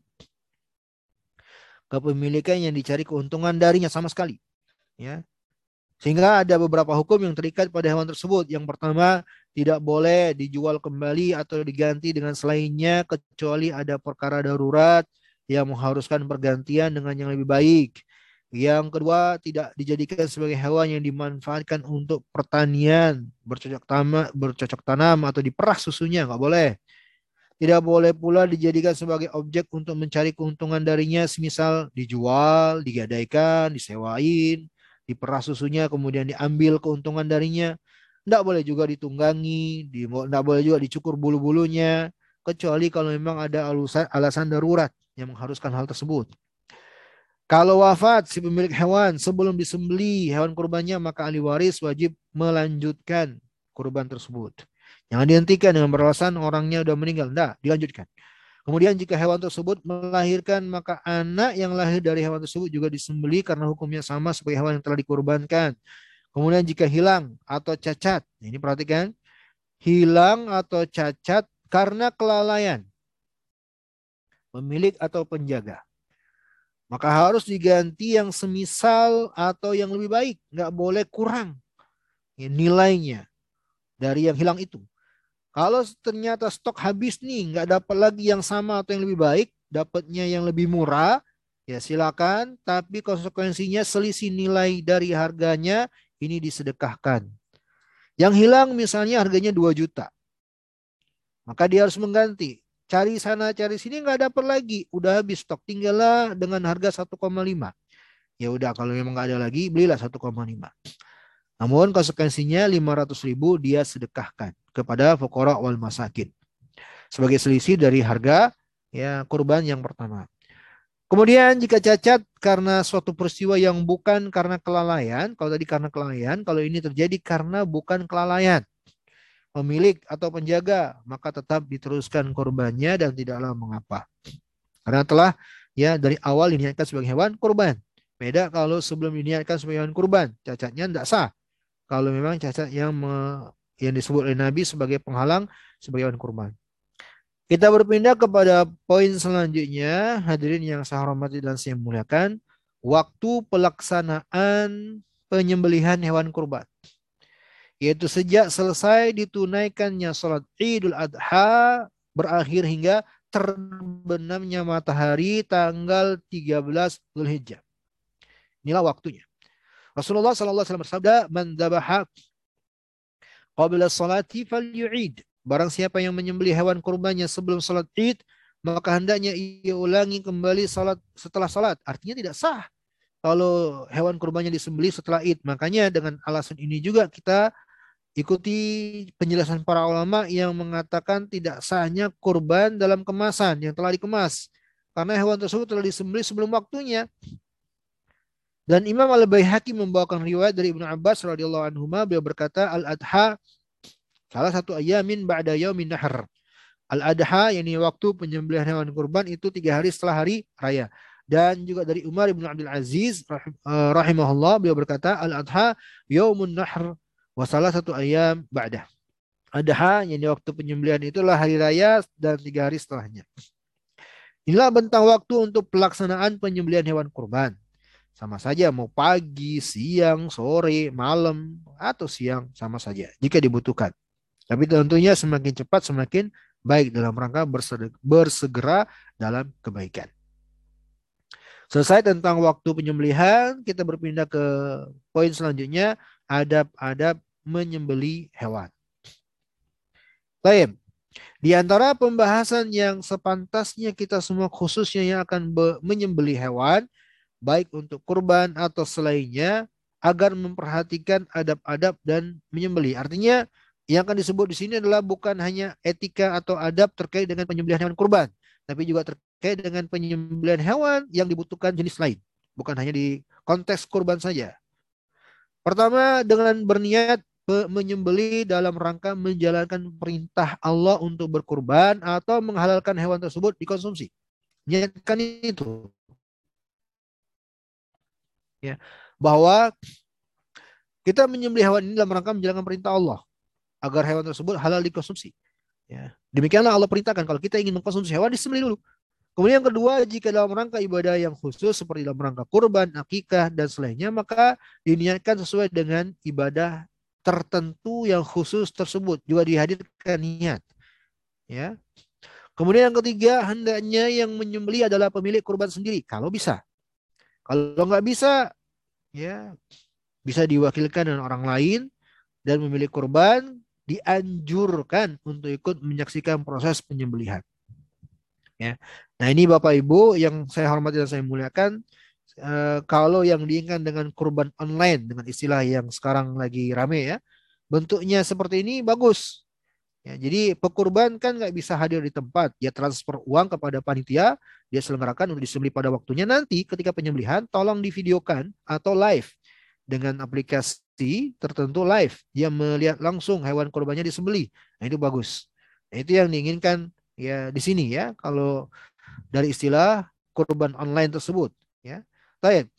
kepemilikan yang dicari keuntungan darinya sama sekali, ya. Sehingga ada beberapa hukum yang terikat pada hewan tersebut. Yang pertama, tidak boleh dijual kembali atau diganti dengan selainnya kecuali ada perkara darurat yang mengharuskan pergantian dengan yang lebih baik. Yang kedua, tidak dijadikan sebagai hewan yang dimanfaatkan untuk pertanian, bercocok tanam atau diperah susunya, nggak boleh. Tidak boleh pula dijadikan sebagai objek untuk mencari keuntungan darinya, semisal dijual, digadaikan, disewain, diperah susunya, kemudian diambil keuntungan darinya. Tidak boleh juga ditunggangi, tidak boleh juga dicukur bulu-bulunya, kecuali kalau memang ada alasan darurat yang mengharuskan hal tersebut. Kalau wafat si pemilik hewan sebelum disembeli hewan kurbannya, maka ahli waris wajib melanjutkan kurban tersebut. Jangan dihentikan dengan beralasan orangnya sudah meninggal. Tidak, dilanjutkan. Kemudian jika hewan tersebut melahirkan, maka anak yang lahir dari hewan tersebut juga disembeli karena hukumnya sama sebagai hewan yang telah dikurbankan. Kemudian jika hilang atau cacat, ini perhatikan, hilang atau cacat karena kelalaian pemilik atau penjaga, maka harus diganti yang semisal atau yang lebih baik. Nggak boleh kurang ya, nilainya dari yang hilang itu. Kalau ternyata stok habis nih, nggak dapat lagi yang sama atau yang lebih baik, dapatnya yang lebih murah, ya silakan. Tapi konsekuensinya selisih nilai dari harganya ini disedekahkan. Yang hilang misalnya harganya 2 juta, maka dia harus mengganti. Cari sana cari sini nggak dapat lagi, udah habis stok, tinggallah dengan harga 1,5. Ya udah kalau memang nggak ada lagi, belilah 1,5. Namun konsekuensinya 500.000 dia sedekahkan kepada fuqara wal masakin sebagai selisih dari harga ya kurban yang pertama. Kemudian jika cacat karena suatu peristiwa yang bukan karena kelalaian, kalau tadi karena kelalaian, kalau ini terjadi karena bukan kelalaian pemilik atau penjaga, maka tetap diteruskan kurbannya dan tidaklah mengapa. Karena telah ya dari awal diniatkan sebagai hewan kurban. Beda kalau sebelum diniatkan sebagai hewan kurban, cacatnya tidak sah. Kalau memang cacat yang disebut oleh Nabi sebagai penghalang sebagai hewan kurban. Kita berpindah kepada poin selanjutnya, hadirin yang saya hormati dan saya muliakan, waktu pelaksanaan penyembelihan hewan kurban. Yaitu sejak selesai ditunaikannya sholat Idul Adha berakhir hingga terbenamnya matahari tanggal 13 Zulhijjah. Inilah waktunya. Rasulullah SAW bersabda, "Man dzabaha qabla sholati falyu'id." Barang siapa yang menyembelih hewan kurbannya sebelum salat Id, maka hendaknya ia ulangi kembali salat setelah salat. Artinya tidak sah kalau hewan kurbannya disembelih setelah Id. Makanya dengan alasan ini juga kita ikuti penjelasan para ulama yang mengatakan tidak sahnya kurban dalam kemasan yang telah dikemas. Karena hewan tersebut telah disembelih sebelum waktunya. Dan Imam Al-Baihaqi membawakan riwayat dari Ibnu Abbas radhiyallahu anhu, beliau berkata, Al-Adha salah satu ayamin ba'da yaumin nahr. Al-Adha, yakni waktu penyembelihan hewan kurban itu 3 hari setelah hari raya. Dan juga dari Umar bin Abdul Aziz rahimahullah, beliau berkata, Al-Adha yaumun nahr wa salah satu ayam ba'dah. Adha, yakni waktu penyembelihan itulah hari raya dan 3 hari setelahnya. Inilah bentang waktu untuk pelaksanaan penyembelihan hewan kurban. Sama saja mau pagi, siang, sore, malam, atau siang sama saja jika dibutuhkan. Tapi tentunya semakin cepat semakin baik dalam rangka bersegera dalam kebaikan. Selesai tentang waktu penyembelihan, kita berpindah ke poin selanjutnya, adab-adab menyembelih hewan. Baik, di antara pembahasan yang sepantasnya kita semua khususnya yang akan menyembelih hewan, baik untuk kurban atau selainnya, agar memperhatikan adab-adab dan menyembelih. Artinya yang akan disebut di sini adalah bukan hanya etika atau adab terkait dengan penyembelihan hewan kurban, tapi juga terkait dengan penyembelihan hewan yang dibutuhkan jenis lain, bukan hanya di konteks kurban saja. Pertama, dengan berniat menyembelih dalam rangka menjalankan perintah Allah untuk berkurban atau menghalalkan hewan tersebut dikonsumsi. Niatkan itu. Ya, bahwa kita menyembelih hewan ini dalam rangka menjalankan perintah Allah agar hewan tersebut halal dikonsumsi. Ya. Demikianlah Allah perintahkan kalau kita ingin mengkonsumsi hewan disembelih dulu. Kemudian yang kedua, jika dalam rangka ibadah yang khusus seperti dalam rangka kurban, akikah dan selainnya, maka diniatkan sesuai dengan ibadah tertentu yang khusus tersebut juga dihadirkan niat. Ya. Kemudian yang ketiga, hendaknya yang menyembelih adalah pemilik kurban sendiri kalau bisa. Kalau nggak bisa, ya bisa diwakilkan dengan orang lain, dan pemilik kurban dianjurkan untuk ikut menyaksikan proses penyembelihan. Ya. Nah ini Bapak Ibu yang saya hormati dan saya muliakan, kalau yang diinginkan dengan kurban online dengan istilah yang sekarang lagi rame ya, bentuknya seperti ini bagus. Ya, jadi pekurban kan nggak bisa hadir di tempat, dia transfer uang kepada panitia, dia selenggarakan untuk disembelih pada waktunya. Nanti ketika penyembelihan tolong divideokan atau live dengan aplikasi tertentu live, dia melihat langsung hewan kurbannya disembelih. Nah itu bagus. Nah, itu yang diinginkan ya di sini ya kalau dari istilah kurban online tersebut ya. Baik.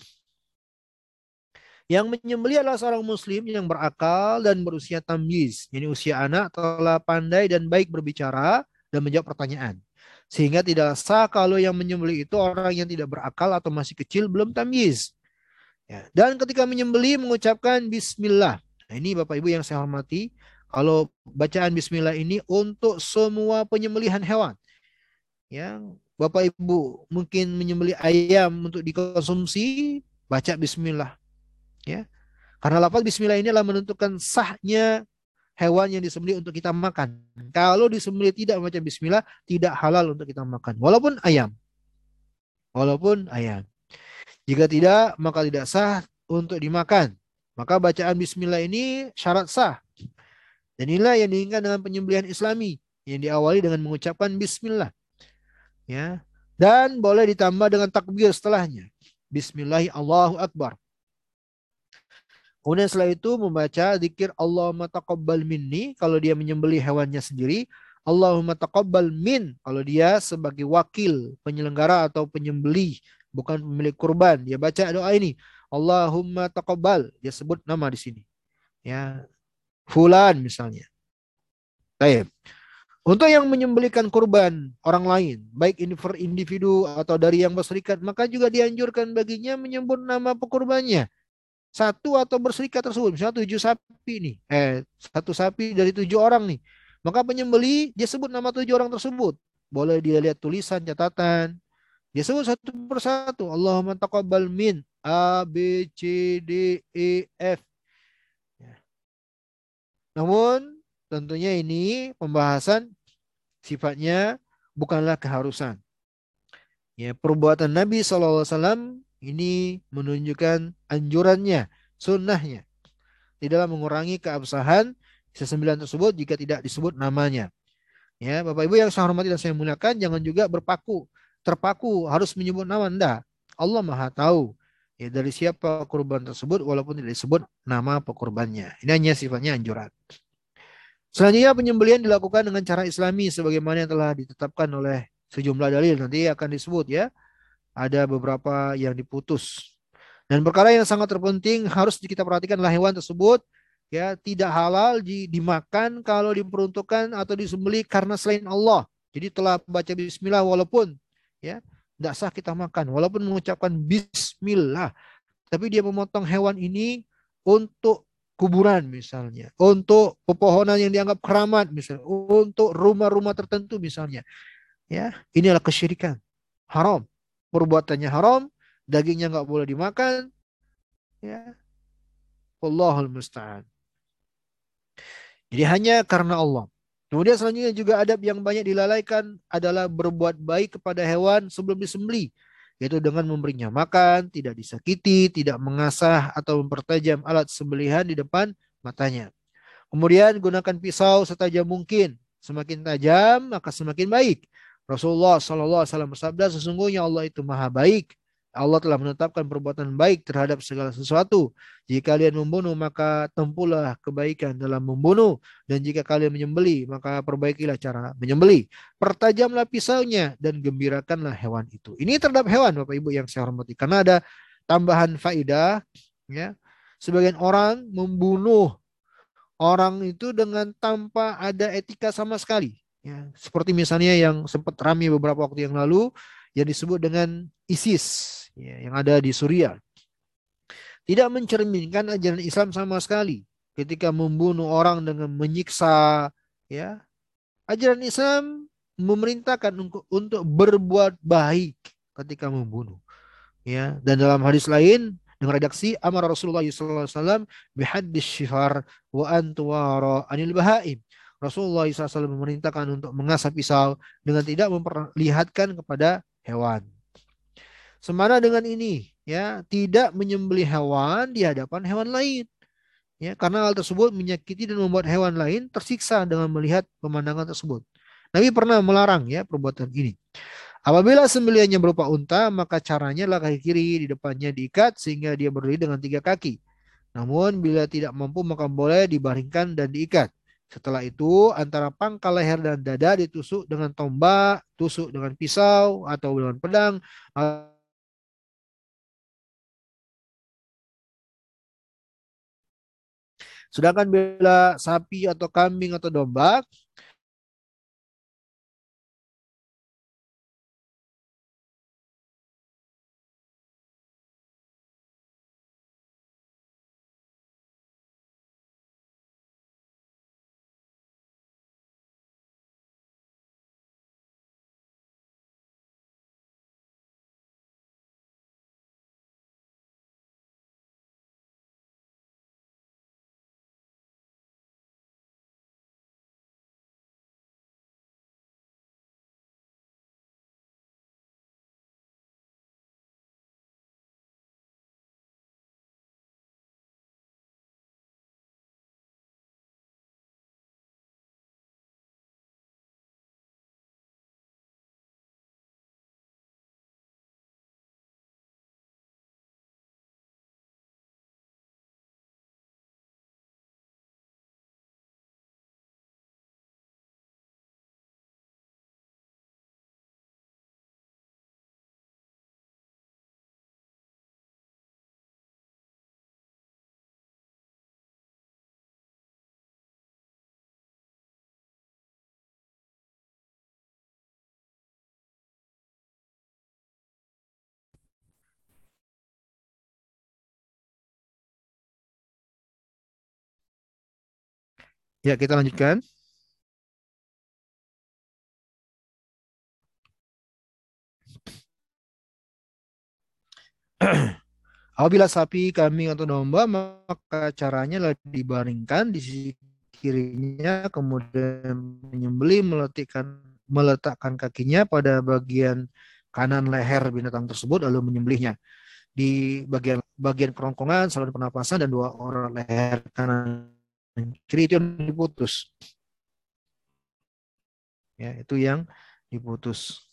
Yang menyembelih adalah seorang muslim yang berakal dan berusia tamyiz. Jadi usia anak telah pandai dan baik berbicara dan menjawab pertanyaan. Sehingga tidak sah kalau yang menyembelih itu orang yang tidak berakal atau masih kecil belum tamyiz. Ya. Dan ketika menyembelih mengucapkan bismillah. Nah, ini Bapak Ibu yang saya hormati, kalau bacaan bismillah ini untuk semua penyembelihan hewan. Ya, Bapak Ibu mungkin menyembelih ayam untuk dikonsumsi, baca bismillah. Ya, karena lafaz bismillah ini adalah menentukan sahnya hewan yang disembelih untuk kita makan. Kalau disembelih tidak membaca bismillah, tidak halal untuk kita makan. Walaupun ayam. Walaupun ayam. Jika tidak, maka tidak sah untuk dimakan. Maka bacaan bismillah ini syarat sah. Dan inilah yang diinginkan dengan penyembelihan Islami yang diawali dengan mengucapkan bismillah, ya. Dan boleh ditambah dengan takbir setelahnya. Bismillahi Allahu Akbar. Kemudian setelah itu membaca zikir Allahumma taqabbal minni kalau dia menyembelih hewannya sendiri, Allahumma taqabbal min kalau dia sebagai wakil penyelenggara atau penyembelih, bukan pemilik kurban. Dia baca doa ini, Allahumma taqabbal, dia sebut nama di sini. Ya, fulan misalnya. Baik. Untuk yang menyembelihkan kurban orang lain, baik individu atau dari yang berserikat, maka juga dianjurkan baginya menyebut nama pekurbannya. Satu atau berserikat tersebut, misalnya 7 sapi nih, satu sapi dari 7 orang nih, maka penyembeli dia sebut nama 7 orang tersebut. Boleh dia lihat tulisan catatan, dia sebut satu persatu. Allahumma taqabbal min A B C D E F. Ya. Namun tentunya ini pembahasan sifatnya bukanlah keharusan. Ya, perbuatan Nabi SAW ini menunjukkan anjurannya, sunnahnya. Tidaklah mengurangi keabsahan sesembilan tersebut jika tidak disebut namanya. Ya, Bapak Ibu yang saya hormati dan saya muliakan, jangan juga terpaku harus menyebut nama. Enggak. Allah Maha tahu ya dari siapa kurban tersebut walaupun tidak disebut nama pekurbannya. Ini hanya sifatnya anjuran. Selanjutnya penyembelihan dilakukan dengan cara Islami sebagaimana yang telah ditetapkan oleh sejumlah dalil. Nanti akan disebut ya. Ada beberapa yang diputus. Dan perkara yang sangat terpenting harus kita perhatikan adalah hewan tersebut ya tidak halal dimakan kalau diperuntukkan atau disembelih karena selain Allah. Jadi telah baca bismillah walaupun ya tidak sah kita makan walaupun mengucapkan bismillah, tapi dia memotong hewan ini untuk kuburan misalnya, untuk pepohonan yang dianggap keramat misalnya, untuk rumah-rumah tertentu misalnya. Ya, inilah kesyirikan. Haram. Perbuatannya haram, dagingnya nggak boleh dimakan, ya. Allahul musta'an. Jadi hanya karena Allah. Kemudian selanjutnya juga adab yang banyak dilalaikan adalah berbuat baik kepada hewan sebelum disembelih, yaitu dengan memberinya makan, tidak disakiti, tidak mengasah atau mempertajam alat sembelihan di depan matanya. Kemudian gunakan pisau setajam mungkin. Semakin tajam maka semakin baik. Rasulullah SAW bersabda, sesungguhnya Allah itu maha baik. Allah telah menetapkan perbuatan baik terhadap segala sesuatu. Jika kalian membunuh maka tempuhlah kebaikan dalam membunuh. Dan jika kalian menyembelih maka perbaikilah cara menyembelih. Pertajamlah pisaunya dan gembirakanlah hewan itu. Ini terhadap hewan Bapak Ibu yang saya hormati. Karena ada tambahan faidah. Ya. Sebagian orang membunuh orang itu dengan tanpa ada etika sama sekali. Ya, seperti misalnya yang sempat ramai beberapa waktu yang lalu yang disebut dengan ISIS ya, yang ada di Suriah. Tidak mencerminkan ajaran Islam sama sekali. Ketika membunuh orang dengan menyiksa, ya, ajaran Islam memerintahkan untuk berbuat baik ketika membunuh. Ya, dan dalam hadis lain dengan redaksi amar Rasulullah SAW bihaddis syifar wa antuwara anil bahaim. Rasulullah SAW memerintahkan untuk mengasah pisau dengan tidak memperlihatkan kepada hewan. Semana dengan ini, ya, tidak menyembelih hewan di hadapan hewan lain. Ya, karena hal tersebut menyakiti dan membuat hewan lain tersiksa dengan melihat pemandangan tersebut. Nabi pernah melarang ya perbuatan ini. Apabila sembelihannya berupa unta, maka caranya adalah kaki kiri di depannya diikat sehingga dia berdiri dengan 3 kaki. Namun bila tidak mampu maka boleh dibaringkan dan diikat. Setelah itu antara pangkal leher dan dada ditusuk dengan tombak, tusuk dengan pisau atau dengan pedang. Sedangkan bila sapi atau kambing atau domba, Ya, kita lanjutkan. Apabila sapi, kambing atau domba, maka caranya adalah dibaringkan di sisi kirinya, kemudian menyembelih, meletakkan kakinya pada bagian kanan leher binatang tersebut, lalu menyembelihnya di bagian bagian kerongkongan, saluran pernapasan, dan dua orang leher kanan dan kiri itu yang diputus. Ya, itu yang diputus.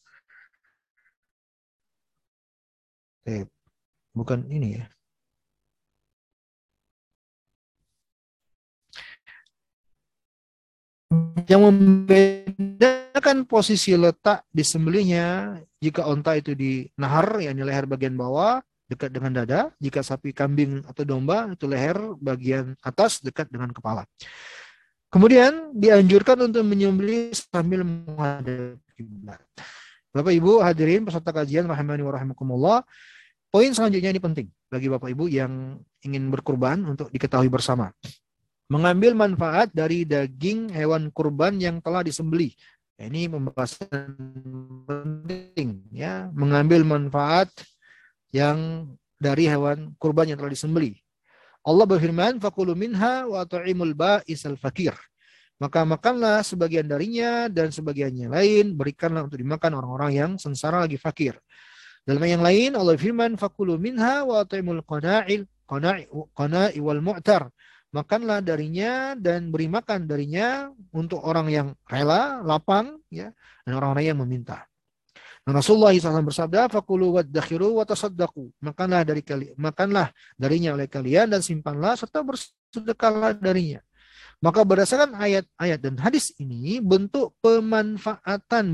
Bukan ini ya. Yang membedakan posisi letak disembelihnya, jika onta itu di nahar, yakni leher bagian bawah dekat dengan dada, jika sapi, kambing atau domba itu leher bagian atas dekat dengan kepala. Kemudian dianjurkan untuk menyembelih sambil menghadap kiblat. Bapak Ibu hadirin peserta kajian rahimani wa rahimakumullah, poin selanjutnya ini penting bagi Bapak Ibu yang ingin berkurban untuk diketahui bersama. Mengambil manfaat dari daging hewan kurban yang telah disembelih. Ini pembahasan penting ya, mengambil manfaat yang dari hewan kurban yang telah disembelih. Allah berfirman, "Fakulu minha wa ta'imul ba'isal fakir." Maka makanlah sebagian darinya dan sebagiannya lain berikanlah untuk dimakan orang-orang yang sengsara lagi fakir. Dalam yang lain Allah firman, "Fakulu minha wa ta'imul qana'i wal mu'tar." Makanlah darinya dan beri makan darinya untuk orang yang rela, lapang, ya, dan orang-orang yang meminta. Dan Rasulullah SAW bersabda, "Fakulu waddakhiru wa tasaddaqu." Makanlah darinya oleh kalian dan simpanlah serta bersedekahlah darinya. Maka berdasarkan ayat-ayat dan hadis ini, bentuk pemanfaatan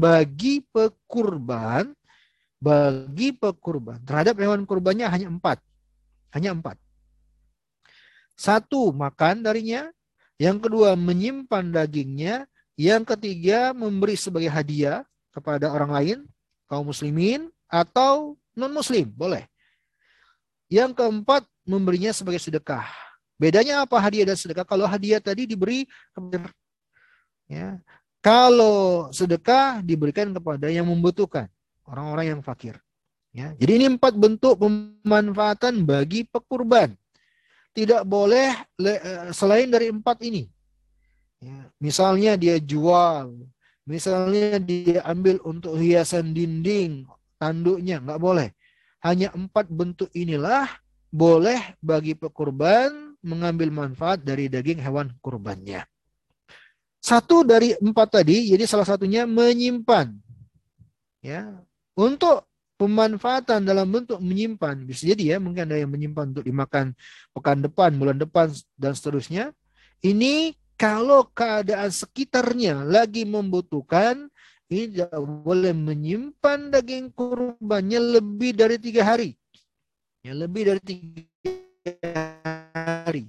bagi pekurban terhadap hewan kurbannya hanya empat. Hanya empat. Satu, makan darinya. Yang kedua, menyimpan dagingnya. Yang ketiga, memberi sebagai hadiah kepada orang lain, kaum muslimin atau non-muslim, boleh. Yang keempat, memberinya sebagai sedekah. Bedanya apa hadiah dan sedekah? Kalau hadiah tadi diberi kepada, ya. Kalau sedekah diberikan kepada yang membutuhkan, orang-orang yang fakir. Ya. Jadi ini empat bentuk pemanfaatan bagi pekurban. Tidak boleh selain dari empat ini. Ya. Misalnya dia jual, misalnya dia ambil untuk hiasan dinding, tanduknya, nggak boleh. Hanya empat bentuk inilah boleh bagi pekurban mengambil manfaat dari daging hewan kurbannya. Satu dari empat tadi, jadi salah satunya menyimpan. Ya, untuk pemanfaatan dalam bentuk menyimpan, bisa jadi ya, mungkin ada yang menyimpan untuk dimakan pekan depan, bulan depan, dan seterusnya. Ini kalau keadaan sekitarnya lagi membutuhkan, ini tidak boleh menyimpan daging kurbannya lebih dari 3 hari. Ya, lebih dari 3 hari.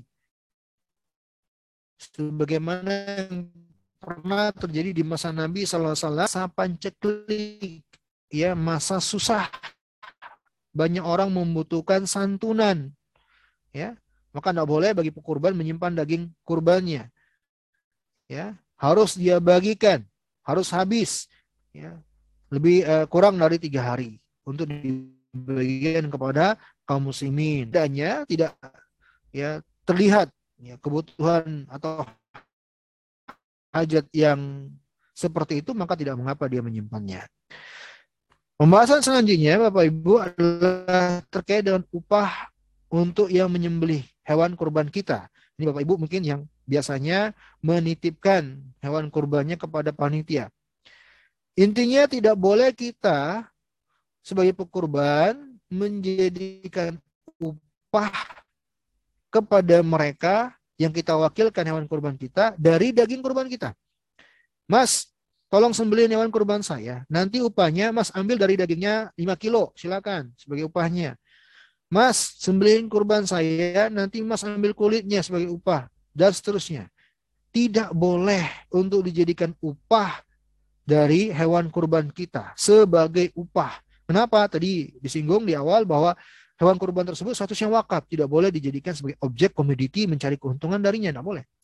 Sebagaimana yang pernah terjadi di masa Nabi SAW, masa panceklik, ya, masa susah, banyak orang membutuhkan santunan, ya, maka tidak boleh bagi pekurban menyimpan daging kurbannya, ya, harus dia bagikan, harus habis, ya, lebih kurang dari 3 hari untuk dibagikan kepada kaum muslimin. Dannya tidak, ya, terlihat, ya, kebutuhan atau hajat yang seperti itu, maka tidak mengapa dia menyimpannya. Pembahasan selanjutnya Bapak Ibu adalah terkait dengan upah untuk yang menyembelih hewan kurban kita. Ini Bapak Ibu mungkin yang biasanya menitipkan hewan kurbannya kepada panitia. Intinya tidak boleh kita sebagai pekurban menjadikan upah kepada mereka yang kita wakilkan hewan kurban kita dari daging kurban kita. Mas, tolong sembelih hewan kurban saya. Nanti upahnya Mas ambil dari dagingnya 5 kilo. Silakan sebagai upahnya. Mas, sembelihin kurban saya. Nanti Mas ambil kulitnya sebagai upah. Dan seterusnya. Tidak boleh untuk dijadikan upah dari hewan kurban kita sebagai upah. Kenapa? Tadi disinggung di awal bahwa hewan kurban tersebut statusnya wakaf. Tidak boleh dijadikan sebagai objek komoditi mencari keuntungan darinya. Tidak boleh.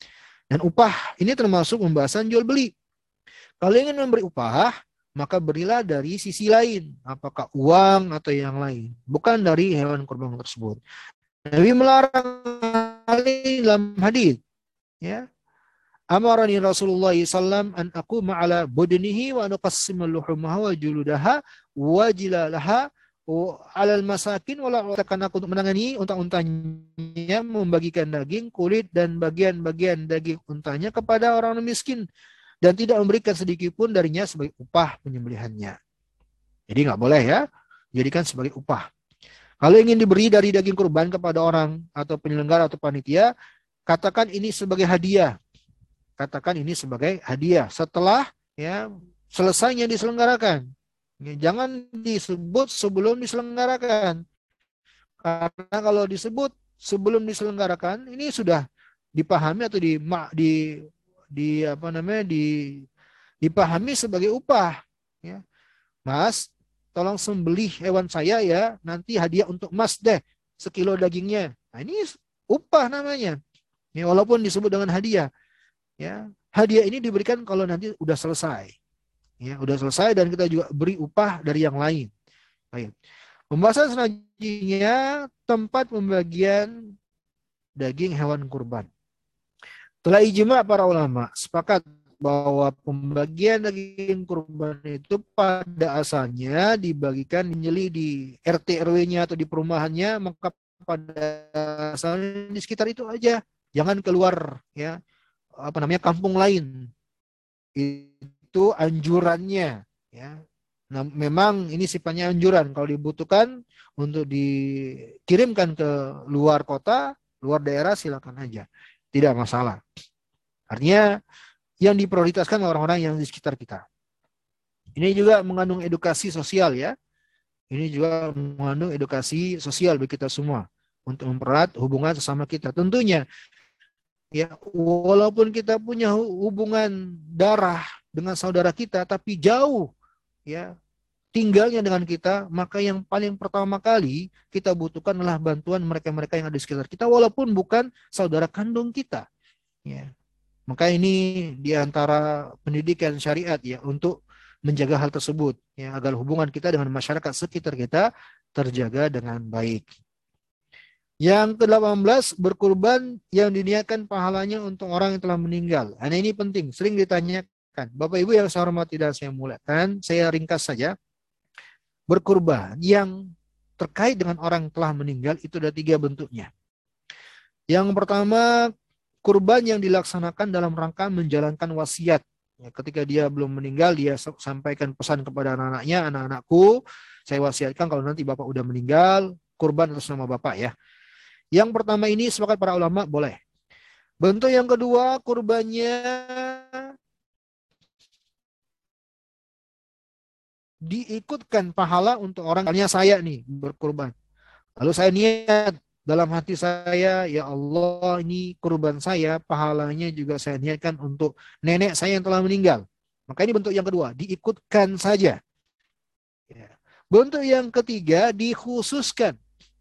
Dan upah ini termasuk pembahasan jual beli. Kalau ingin memberi upah, maka berilah dari sisi lain, apakah uang atau yang lain, bukan dari hewan kurban tersebut. Nabi melarang hal ini dalam hadis, ya. Amarani Rasulullah SAW an aquma ala budnihi wa nuqassima luhumaha wa juludaha wa jilalaha alal masakin wala katakan aku untuk menangani unta-untanya, membagikan daging, kulit dan bagian-bagian daging untanya kepada orang miskin dan tidak memberikan sedikit pun darinya sebagai upah penyembelihannya. Jadi nggak boleh ya, jadikan sebagai upah. Kalau ingin diberi dari daging kurban kepada orang atau penyelenggara atau panitia, katakan ini sebagai hadiah. Katakan ini sebagai hadiah setelah ya selesainya diselenggarakan. Ya, jangan disebut sebelum diselenggarakan. Karena kalau disebut sebelum diselenggarakan, ini sudah dipahami atau dipahami sebagai upah. Ya. Mas, tolong sembelih hewan saya ya, nanti hadiah untuk Mas deh, sekilo dagingnya. Nah, ini upah namanya. Ya, walaupun disebut dengan hadiah. Ya, hadiah ini diberikan kalau nanti udah selesai. Ya, udah selesai dan kita juga beri upah dari yang lain. Baik. Pembahasan selanjutnya tempat pembagian daging hewan kurban. Telah ijma para ulama sepakat bahwa pembagian daging kurban itu pada asalnya dibagikan di RT RW-nya atau di perumahannya, maka pada asalnya di sekitar itu aja. Jangan keluar ya kampung lain. Itu anjurannya ya. Nah, memang ini sifatnya anjuran. Kalau dibutuhkan untuk dikirimkan ke luar kota, luar daerah, silakan aja. Tidak masalah. Artinya yang diprioritaskan orang-orang yang di sekitar kita. Ini juga mengandung edukasi sosial ya. Ini juga mengandung edukasi sosial bagi kita semua untuk mempererat hubungan sesama kita. Tentunya ya, walaupun kita punya hubungan darah dengan saudara kita, tapi jauh ya tinggalnya dengan kita, maka yang paling pertama kali kita butuhkan adalah bantuan mereka-mereka yang ada di sekitar kita, walaupun bukan saudara kandung kita. Ya, maka ini diantara pendidikan syariat ya untuk menjaga hal tersebut, ya agar hubungan kita dengan masyarakat sekitar kita terjaga dengan baik. Yang ke-18, berkurban yang diniatkan pahalanya untuk orang yang telah meninggal. Nah, ini penting, sering ditanyakan. Bapak Ibu yang saya hormati dan saya muliakan, saya ringkas saja. Berkurban yang terkait dengan orang yang telah meninggal itu ada 3 bentuknya. Yang pertama, kurban yang dilaksanakan dalam rangka menjalankan wasiat. Ya, ketika dia belum meninggal, dia sampaikan pesan kepada anak-anaknya, anak-anakku, saya wasiatkan kalau nanti Bapak udah meninggal, kurban atas nama Bapak ya. Yang pertama ini sepakat para ulama boleh. Bentuk yang kedua, kurbannya diikutkan pahala untuk orang. Misalnya saya nih berkurban. Lalu saya niat dalam hati saya, ya Allah ini kurban saya, pahalanya juga saya niatkan untuk nenek saya yang telah meninggal. Maka ini bentuk yang kedua, diikutkan saja. Bentuk yang ketiga, dikhususkan.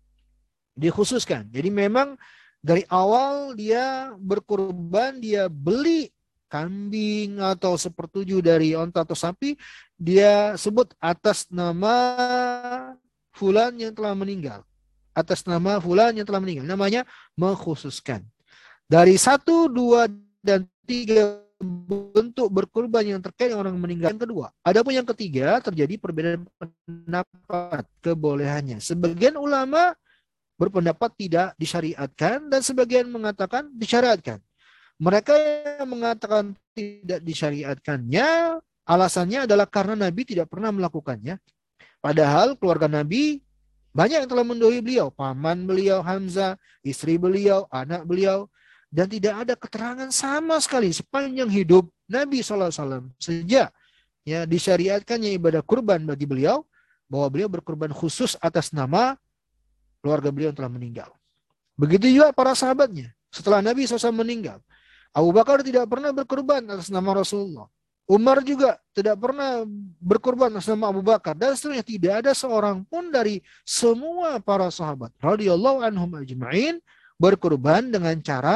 Jadi memang dari awal dia berkurban, dia beli kambing atau 1/7 dari onta atau sapi, dia sebut atas nama fulan yang telah meninggal. Atas nama fulan yang telah meninggal. Namanya mengkhususkan. Dari 1, 2, dan 3 bentuk berkurban yang terkait orang meninggal. Yang kedua, adapun yang ketiga terjadi perbedaan pendapat kebolehannya. Sebagian ulama berpendapat tidak disyariatkan dan sebagian mengatakan disyariatkan. Mereka yang mengatakan tidak disyariatkannya alasannya adalah karena Nabi tidak pernah melakukannya. Padahal keluarga Nabi banyak yang telah mendahului beliau, paman beliau Hamzah, istri beliau, anak beliau, dan tidak ada keterangan sama sekali sepanjang hidup Nabi SAW sejak ya disyariatkannya ibadah kurban bagi beliau bahwa beliau berkurban khusus atas nama keluarga beliau yang telah meninggal. Begitu juga para sahabatnya. Setelah Nabi SAW meninggal, Abu Bakar tidak pernah berkurban atas nama Rasulullah. Umar juga tidak pernah berkurban atas nama Abu Bakar. Dan seterusnya, tidak ada seorang pun dari semua para sahabat radhiyallahu anhum ajma'in berkurban dengan cara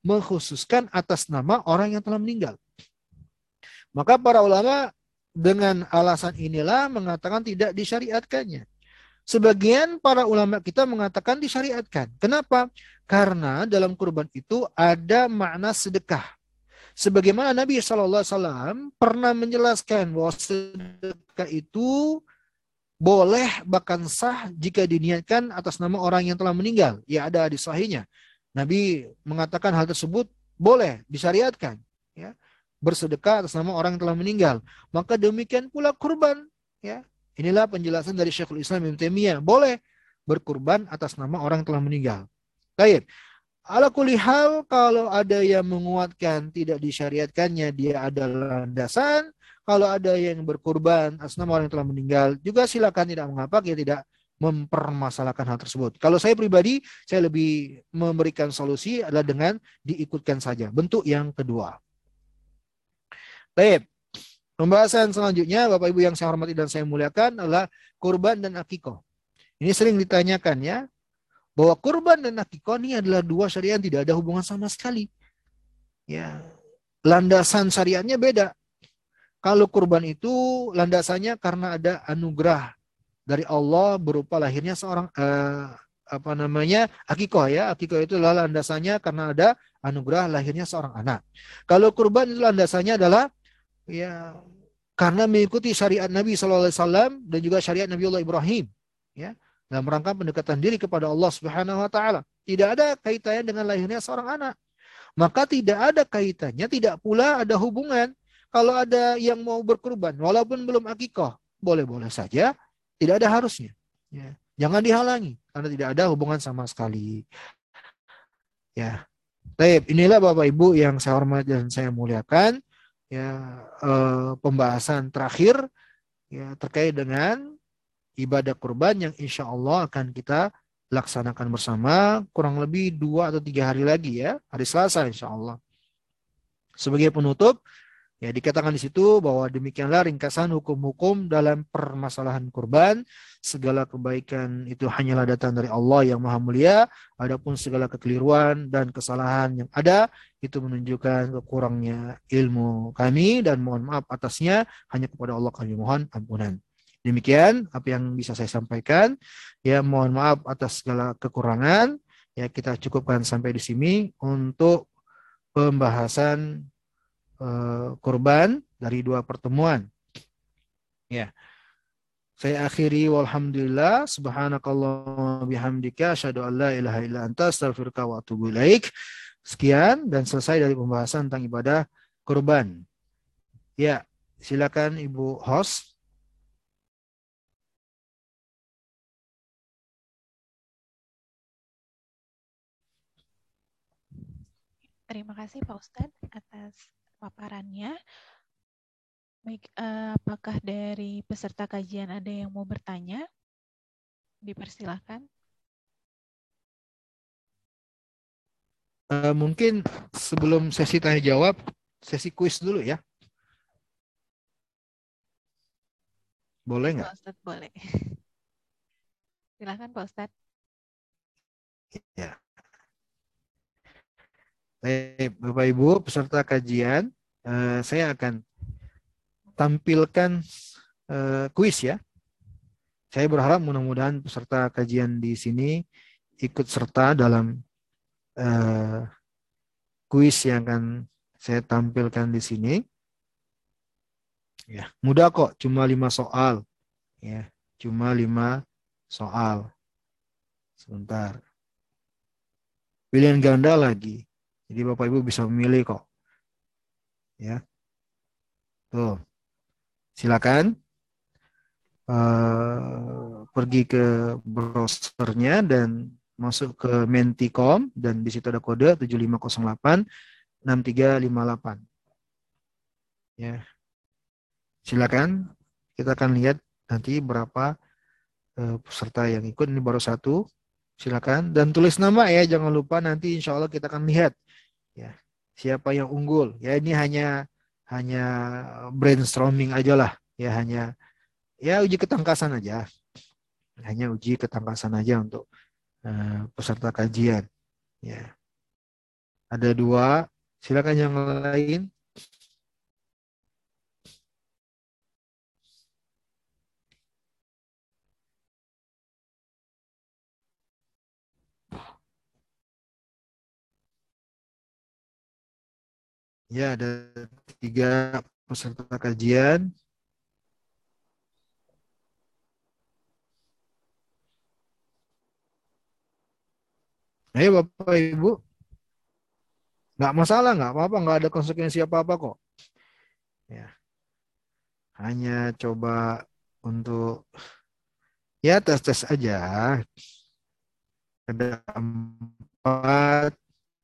mengkhususkan atas nama orang yang telah meninggal. Maka para ulama dengan alasan inilah mengatakan tidak disyariatkannya. Sebagian para ulama kita mengatakan disyariatkan. Kenapa? Karena dalam kurban itu ada makna sedekah. Sebagaimana Nabi SAW pernah menjelaskan bahwa sedekah itu boleh bahkan sah jika diniatkan atas nama orang yang telah meninggal. Ya, ada di sahihnya. Nabi mengatakan hal tersebut boleh disyariatkan. Ya, bersedekah atas nama orang yang telah meninggal. Maka demikian pula kurban. Ya, inilah penjelasan dari Syekhul Islam Ibnu Taimiyah. Boleh berkurban atas nama orang yang telah meninggal. Baik. Ala kulli hal, kalau ada yang menguatkan tidak disyariatkannya, dia adalah landasan. Kalau ada yang berkurban atas nama orang yang telah meninggal, juga silakan, tidak mengapa, kita tidak mempermasalahkan hal tersebut. Kalau saya pribadi, saya lebih memberikan solusi adalah dengan diikutkan saja. Bentuk yang kedua. Baik. Pembahasan selanjutnya, Bapak Ibu yang saya hormati dan saya muliakan, adalah kurban dan akikoh. Ini sering ditanyakan ya, bahwa kurban dan akikoh ini adalah dua syariat yang tidak ada hubungan sama sekali. Ya, landasan syariatnya beda. Kalau kurban itu landasannya karena ada anugerah dari Allah berupa lahirnya seorang akikoh ya. Akikoh itu adalah landasannya karena ada anugerah lahirnya seorang anak. Kalau kurban itu landasannya adalah ya karena mengikuti syariat Nabi SAW dan juga syariat Nabi Allah Ibrahim. Ya, dalam rangka pendekatan diri kepada Allah Subhanahu wa taala. Tidak ada kaitannya dengan lahirnya seorang anak. Maka tidak ada kaitannya, tidak pula ada hubungan. Kalau ada yang mau berkurban walaupun belum akikah, boleh-boleh saja, tidak ada harusnya. Ya. Jangan dihalangi karena tidak ada hubungan sama sekali. Ya. Baik, inilah Bapak Ibu yang saya hormati dan saya muliakan. Ya, pembahasan terakhir ya terkait dengan ibadah kurban yang insya Allah akan kita laksanakan bersama kurang lebih 2 atau 3 hari lagi ya, hari Selasa insya Allah. Sebagai penutup, ya dikatakan di situ bahwa demikianlah ringkasan hukum-hukum dalam permasalahan kurban. Segala kebaikan itu hanyalah datang dari Allah yang Maha Mulia. Adapun segala kekeliruan dan kesalahan yang ada itu menunjukkan kekurangnya ilmu kami dan mohon maaf atasnya. Hanya kepada Allah kami mohon ampunan. Demikian apa yang bisa saya sampaikan. Ya, mohon maaf atas segala kekurangan. Ya, kita cukupkan sampai di sini untuk pembahasan kurban dari 2 pertemuan. Ya. Saya akhiri walhamdulillah subhanakallah bihamdika asyhadu an la ilaha illa anta astaghfiruka wa atubu ilaik. Sekian dan selesai dari pembahasan tentang ibadah kurban. Ya, silakan Ibu host. Terima kasih Pak Ustadz atas paparannya. Baik, apakah dari peserta kajian ada yang mau bertanya? Dipersilahkan. Mungkin sebelum sesi tanya jawab, sesi kuis dulu ya. Boleh nggak? Pak Ustadz boleh. Silakan Pak Ustadz. Ya. Baik, Bapak Ibu peserta kajian, saya akan tampilkan kuis ya. Saya berharap mudah-mudahan peserta kajian di sini ikut serta dalam kuis yang akan saya tampilkan di sini. Ya, mudah kok, cuma 5 soal. Ya, cuma 5 soal. Sebentar. Pilihan ganda lagi. Jadi Bapak Ibu bisa memilih kok. Ya. Tuh. Silakan pergi ke browsernya dan masuk ke Mentikom dan di situ ada kode 7508 6358. Ya. Silakan. Kita akan lihat nanti berapa peserta yang ikut. Ini baru 1. Silakan dan tulis nama ya, jangan lupa, nanti insya Allah kita akan lihat ya siapa yang unggul. Ya, ini hanya brainstorming aja lah ya, hanya ya uji ketangkasan aja. Hanya uji ketangkasan aja untuk peserta kajian ya. Ada dua. Silakan yang lain. Ya, ada tiga peserta kajian. Ayo Bapak Ibu, nggak masalah, nggak apa-apa, nggak ada konsekuensi apa-apa kok. Ya, hanya coba untuk ya tes-tes aja. Ada empat,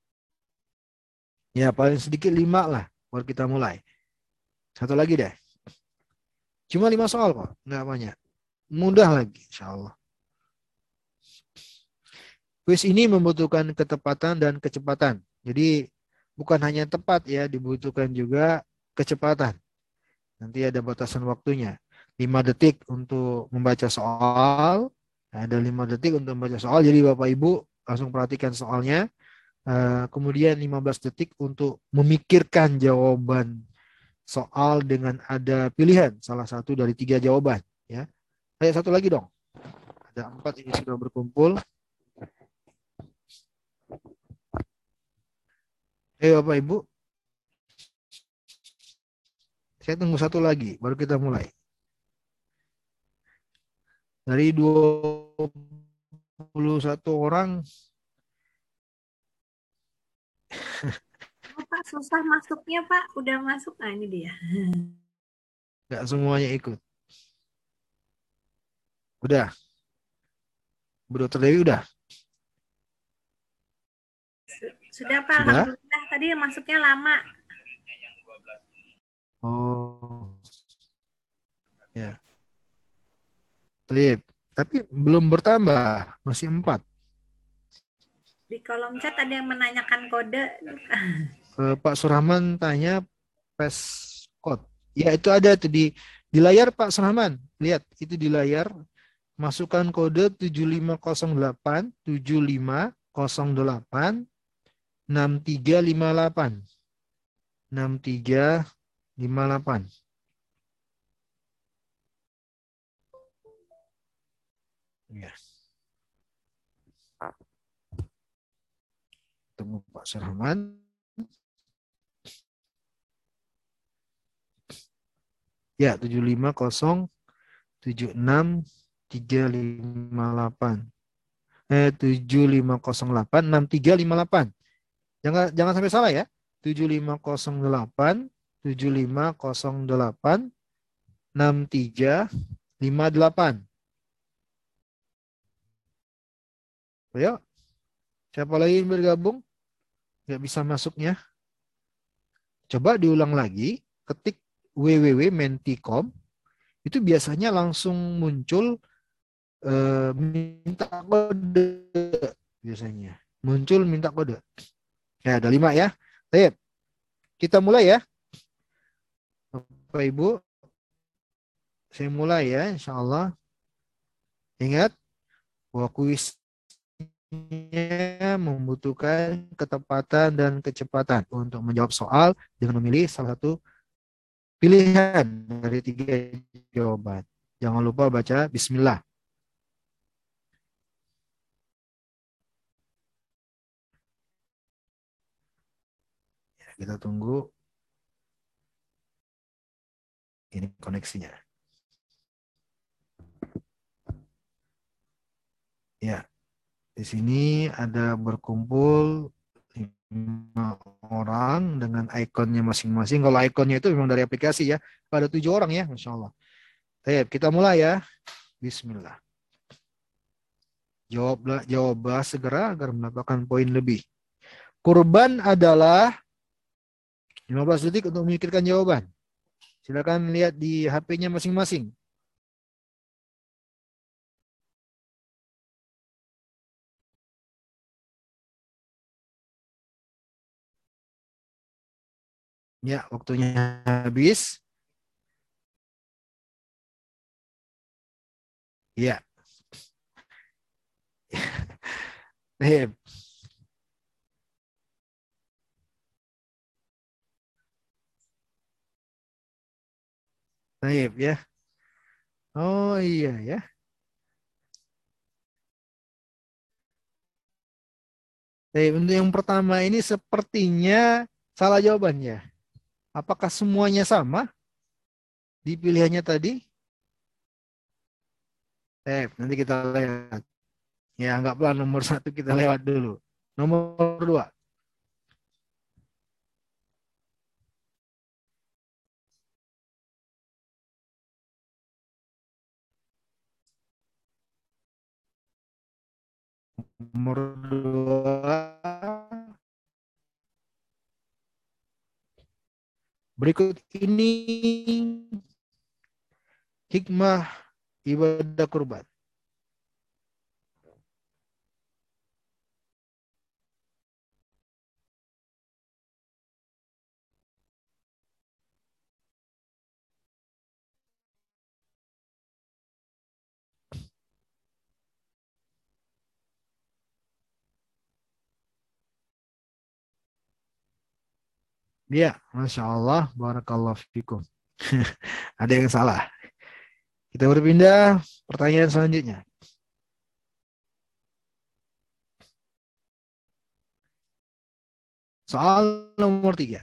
ya paling sedikit lima lah, baru kita mulai. Satu lagi deh. Cuma 5 soal kok, nggak banyak. Mudah lagi, insya Allah. Kuis ini membutuhkan ketepatan dan kecepatan. Jadi bukan hanya tepat ya, dibutuhkan juga kecepatan. Nanti ada batasan waktunya. 5 detik untuk membaca soal. Ada 5 detik untuk membaca soal. Jadi Bapak Ibu langsung perhatikan soalnya. Kemudian 15 detik untuk memikirkan jawaban soal dengan ada pilihan. Salah satu dari 3 jawaban. Ya. Ayo satu lagi dong. Ada 4 ini sudah berkumpul. Ayo Bapak Ibu. Saya tunggu satu lagi. Baru kita mulai. Dari 21 orang. Pak, susah masuknya Pak. Udah masuk, nah ini dia. Nggak semuanya ikut. Udah. Bu Dokter Dewi udah? Sudah Pak, Sudah? alhamdulillah. Tadi masuknya lama. Oh. Ya. Tapi belum bertambah. Masih 4. Di kolom chat ada yang menanyakan kode. Pak Surahman tanya passcode. Ya itu ada tuh di layar Pak Surahman. Lihat itu di layar. Masukkan kode 7508 7508 6358 6358. Ya. Tunggu Pak Surahman. Ya, 75076 358. 7508 6358. Jangan sampai salah ya. 7508 7508 6358. Ayo, siapa lagi yang bergabung? Nggak bisa masuknya. Coba diulang lagi, ketik www.menti.com. Itu biasanya langsung muncul minta kode biasanya. Muncul minta kode. Ya, ada 5 ya. Baik, kita mulai ya. Bapak Ibu, saya mulai ya, insya Allah. Ingat, bahwa kuisnya membutuhkan ketepatan dan kecepatan untuk menjawab soal dengan memilih salah satu pilihan dari 3 jawaban. Jangan lupa baca Bismillah. Ya, kita tunggu. Ini koneksinya. Ya, di sini ada berkumpul 5 orang dengan ikonnya masing-masing. Kalau ikonnya itu memang dari aplikasi ya. Ada 7 orang ya, Masya Allah. Baik, kita mulai ya. Bismillah. Jawablah segera agar mendapatkan poin lebih. Kurban adalah 15 detik untuk memikirkan jawaban. Silakan lihat di HP-nya masing-masing. Ya, waktunya habis. Ya. Baik ya. Oh iya ya. Baik, untuk yang pertama ini sepertinya salah jawabannya. Apakah semuanya sama di pilihannya tadi? Nanti kita lihat. Ya, anggaplah nomor satu kita lewat dulu. Nomor dua. Nomor dua. Berikut ini hikmah ibadah kurban. Ya, Masya Allah, Barakallahu fikum. Ada yang salah. Kita berpindah pertanyaan selanjutnya. Soal nomor 3.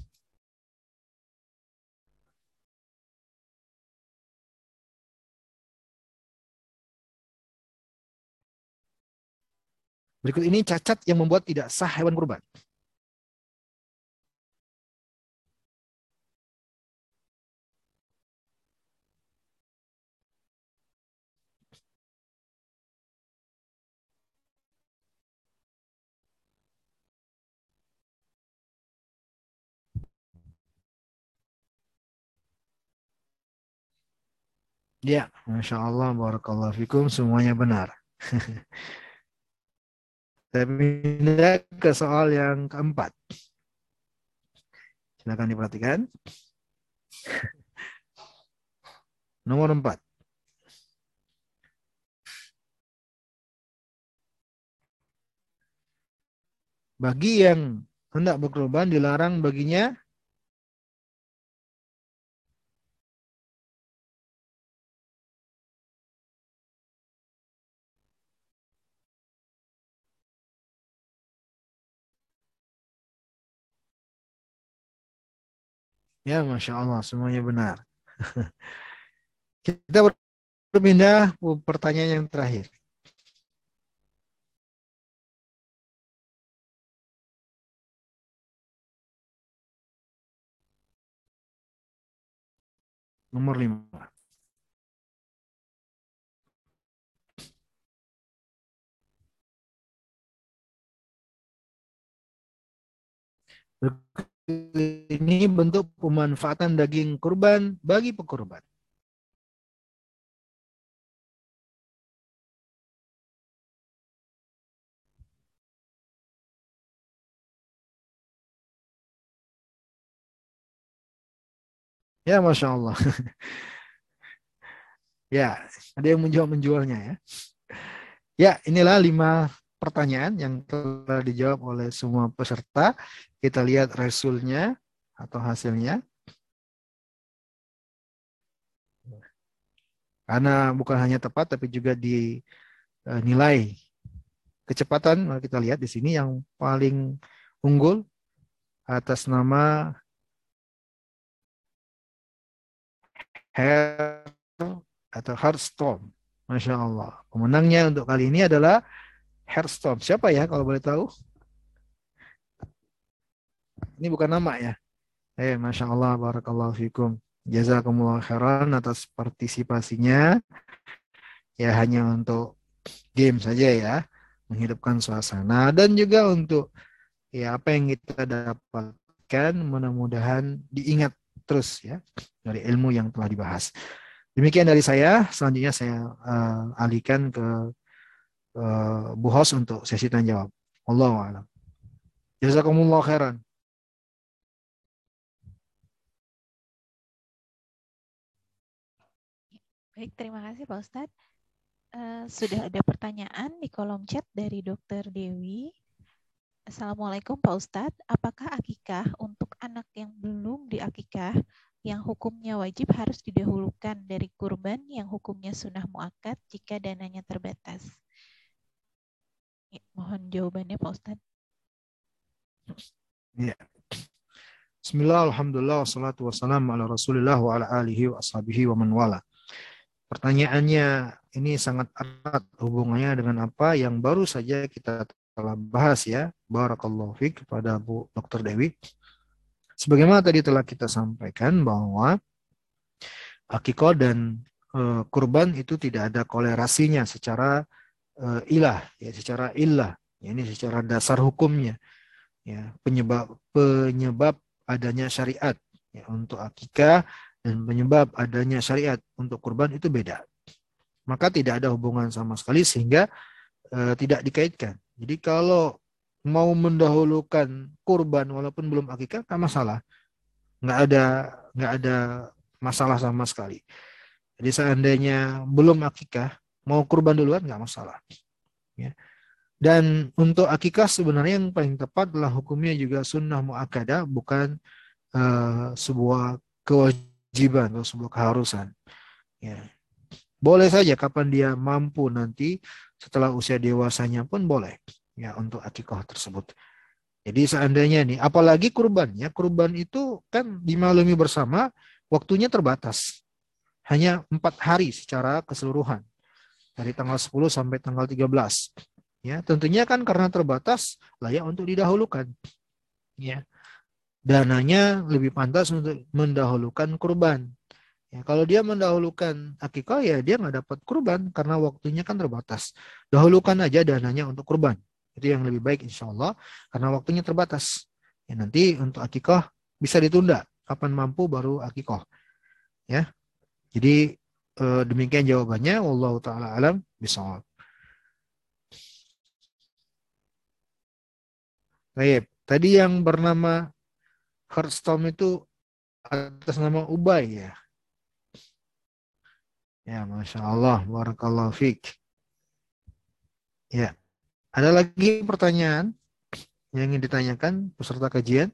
Berikut ini cacat yang membuat tidak sah hewan kurban. Ya, Masya Allah, Barakallahu fikum, semuanya benar. Saya pindah ke soal yang keempat. Silakan diperhatikan. Nomor 4. Bagi yang hendak berkorban dilarang baginya ya, Masya Allah, semuanya benar. Kita berpindah ke pertanyaan yang terakhir. Nomor 5. Ini bentuk pemanfaatan daging kurban bagi pekurban. Ya, Masya Allah. Ya, ada yang menjualnya ya. Ya, inilah 5 pertanyaan yang telah dijawab oleh semua peserta. Kita lihat resulnya atau hasilnya. Karena bukan hanya tepat, tapi juga dinilai kecepatan. Mari kita lihat di sini yang paling unggul atas nama Hair atau Hearthstone. Masya Allah. Pemenangnya untuk kali ini adalah Hearthstone. Siapa ya kalau boleh tahu? Ini bukan nama ya. Masya Allah, barakallahu fikum. Jazakumullah khairan atas partisipasinya. Ya hanya untuk game saja ya. Menghidupkan suasana. Dan juga untuk ya apa yang kita dapatkan mudah-mudahan diingat terus ya. Dari ilmu yang telah dibahas. Demikian dari saya. Selanjutnya saya alihkan ke Bu Hos untuk sesi tanya jawab. Wallahu a'lam. Jazakumullah khairan. Baik, terima kasih Pak Ustadz. Sudah ada pertanyaan di kolom chat dari Dr. Dewi. Assalamualaikum Pak Ustadz, apakah akikah untuk anak yang belum diakikah yang hukumnya wajib harus didahulukan dari kurban yang hukumnya sunnah muakkad jika dananya terbatas? Ya, mohon jawabannya Pak Ustadz. Ya. Bismillah, alhamdulillah, wassalatu wassalamu ala rasulillah wa ala alihi wa ashabihi wa man wala. Pertanyaannya ini sangat erat hubungannya dengan apa yang baru saja kita telah bahas ya. Barakallahu fiik kepada Bu Dr. Dewi. Sebagaimana tadi telah kita sampaikan bahwa akikah dan kurban itu tidak ada kolerasinya secara ilah, ya, secara ilah, ya, ini secara dasar hukumnya, ya, penyebab adanya syariat ya, untuk akikah dan penyebab adanya syariat untuk kurban itu beda. Maka tidak ada hubungan sama sekali sehingga tidak dikaitkan. Jadi kalau mau mendahulukan kurban walaupun belum akikah, tak masalah. Nggak ada masalah sama sekali. Jadi seandainya belum akikah, mau kurban duluan nggak masalah. Ya. Dan untuk akikah sebenarnya yang paling tepat adalah hukumnya juga sunnah muakkadah, bukan sebuah kewajiban atau sebuah keharusan. Ya. Boleh saja kapan dia mampu nanti setelah usia dewasanya pun boleh ya untuk akikah tersebut. Jadi seandainya nih, apalagi kurban itu kan dimaklumi bersama waktunya terbatas. Hanya 4 hari secara keseluruhan. Dari tanggal 10 sampai tanggal 13. Ya, tentunya kan karena terbatas layak untuk didahulukan. Ya. Dananya lebih pantas untuk mendahulukan kurban. Ya, kalau dia mendahulukan akikah ya dia nggak dapat kurban karena waktunya kan terbatas. Dahulukan aja dananya untuk kurban. Itu yang lebih baik insya Allah karena waktunya terbatas. Ya, nanti untuk akikah bisa ditunda. Kapan mampu baru akikah. Ya. Jadi demikian jawabannya. Wallahu ta'ala alam bishawab. Baik. Tadi yang bernama Hearthstone itu atas nama Ubay ya. Ya, Masya Allah, barakallahu fiik. Ya, ada lagi pertanyaan yang ingin ditanyakan peserta kajian?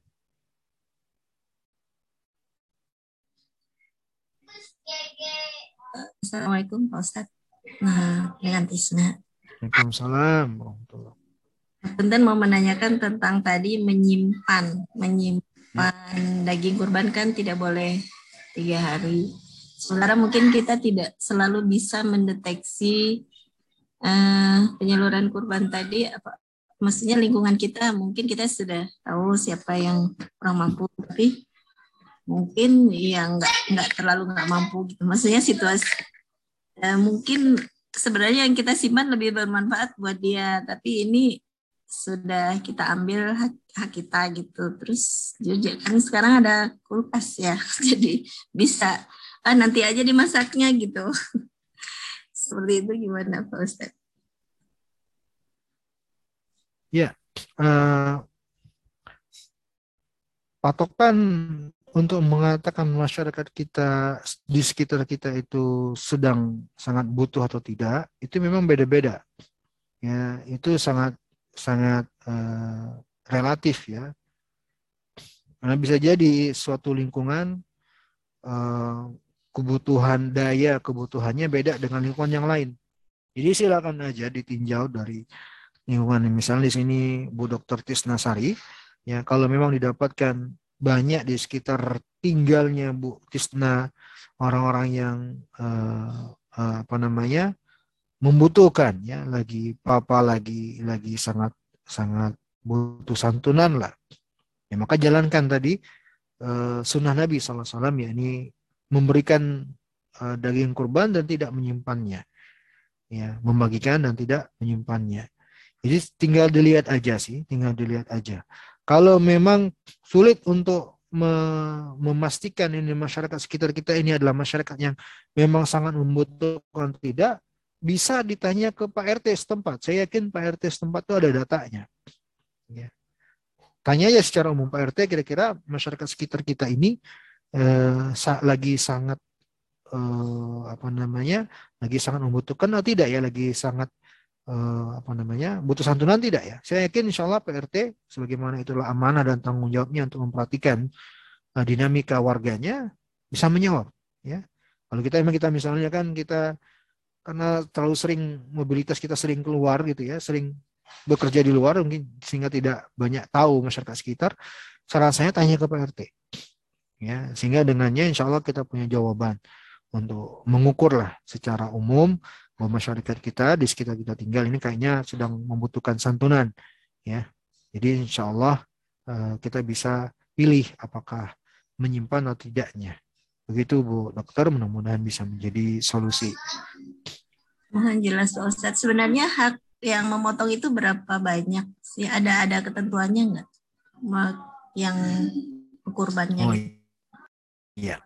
Assalamualaikum Pak Ustadz. Nah, dengan Tisna. Waalaikumsalam. Tenten mau menanyakan tentang tadi menyimpan daging kurban kan tidak boleh 3 hari. Sementara mungkin kita tidak selalu bisa mendeteksi penyaluran kurban tadi, maksudnya lingkungan kita mungkin kita sudah tahu siapa yang kurang mampu, tapi mungkin yang nggak terlalu nggak mampu gitu. Maksudnya situasi mungkin sebenarnya yang kita simpan lebih bermanfaat buat dia, tapi ini sudah kita ambil hak kita gitu. Terus kan sekarang ada kulkas ya, jadi bisa nanti aja dimasaknya gitu. Seperti itu gimana Pak Ustadz? Ya, patokan untuk mengatakan masyarakat kita di sekitar kita itu sedang sangat butuh atau tidak, itu memang beda-beda. Ya, itu sangat relatif ya. Karena bisa jadi suatu lingkungan kebutuhannya beda dengan lingkungan yang lain. Jadi silakan aja ditinjau dari lingkungan. Misalnya di sini Bu Dr. Tisnasari, ya kalau memang didapatkan banyak di sekitar tinggalnya Bu Tisna orang-orang yang membutuhkan ya, lagi sangat butuh santunan lah. Ya maka jalankan tadi sunnah Nabi SAW, ya ini memberikan daging kurban dan tidak menyimpannya, ya membagikan dan tidak menyimpannya. Jadi tinggal dilihat aja sih, Kalau memang sulit untuk memastikan ini masyarakat sekitar kita ini adalah masyarakat yang memang sangat membutuhkan, tidak bisa ditanya ke Pak RT setempat. Saya yakin Pak RT setempat itu ada datanya. Ya. Tanya aja secara umum Pak RT, kira-kira masyarakat sekitar kita ini lagi sangat lagi sangat membutuhkan atau tidak ya, lagi sangat butuh santunan tidak ya. Saya yakin insya Allah Pak RT sebagaimana itulah amanah dan tanggung jawabnya untuk memperhatikan dinamika warganya, bisa menjawab. Ya, kalau kita misalnya kan kita karena terlalu sering mobilitas kita sering keluar gitu ya, sering bekerja di luar mungkin sehingga tidak banyak tahu masyarakat sekitar. Saran saya tanya ke Pak RT, ya, sehingga dengannya insya Allah kita punya jawaban untuk mengukur lah secara umum bahwa masyarakat kita di sekitar kita tinggal ini kayaknya sedang membutuhkan santunan, ya. Jadi insya Allah kita bisa pilih apakah menyimpan atau tidaknya. Begitu Bu Dokter, mudah-mudahan bisa menjadi solusi. Mohon jelas Pak Ustadz. Sebenarnya hak yang memotong itu berapa banyak sih? Ada ketentuannya nggak? Yang kurbannya Oh gitu. iya.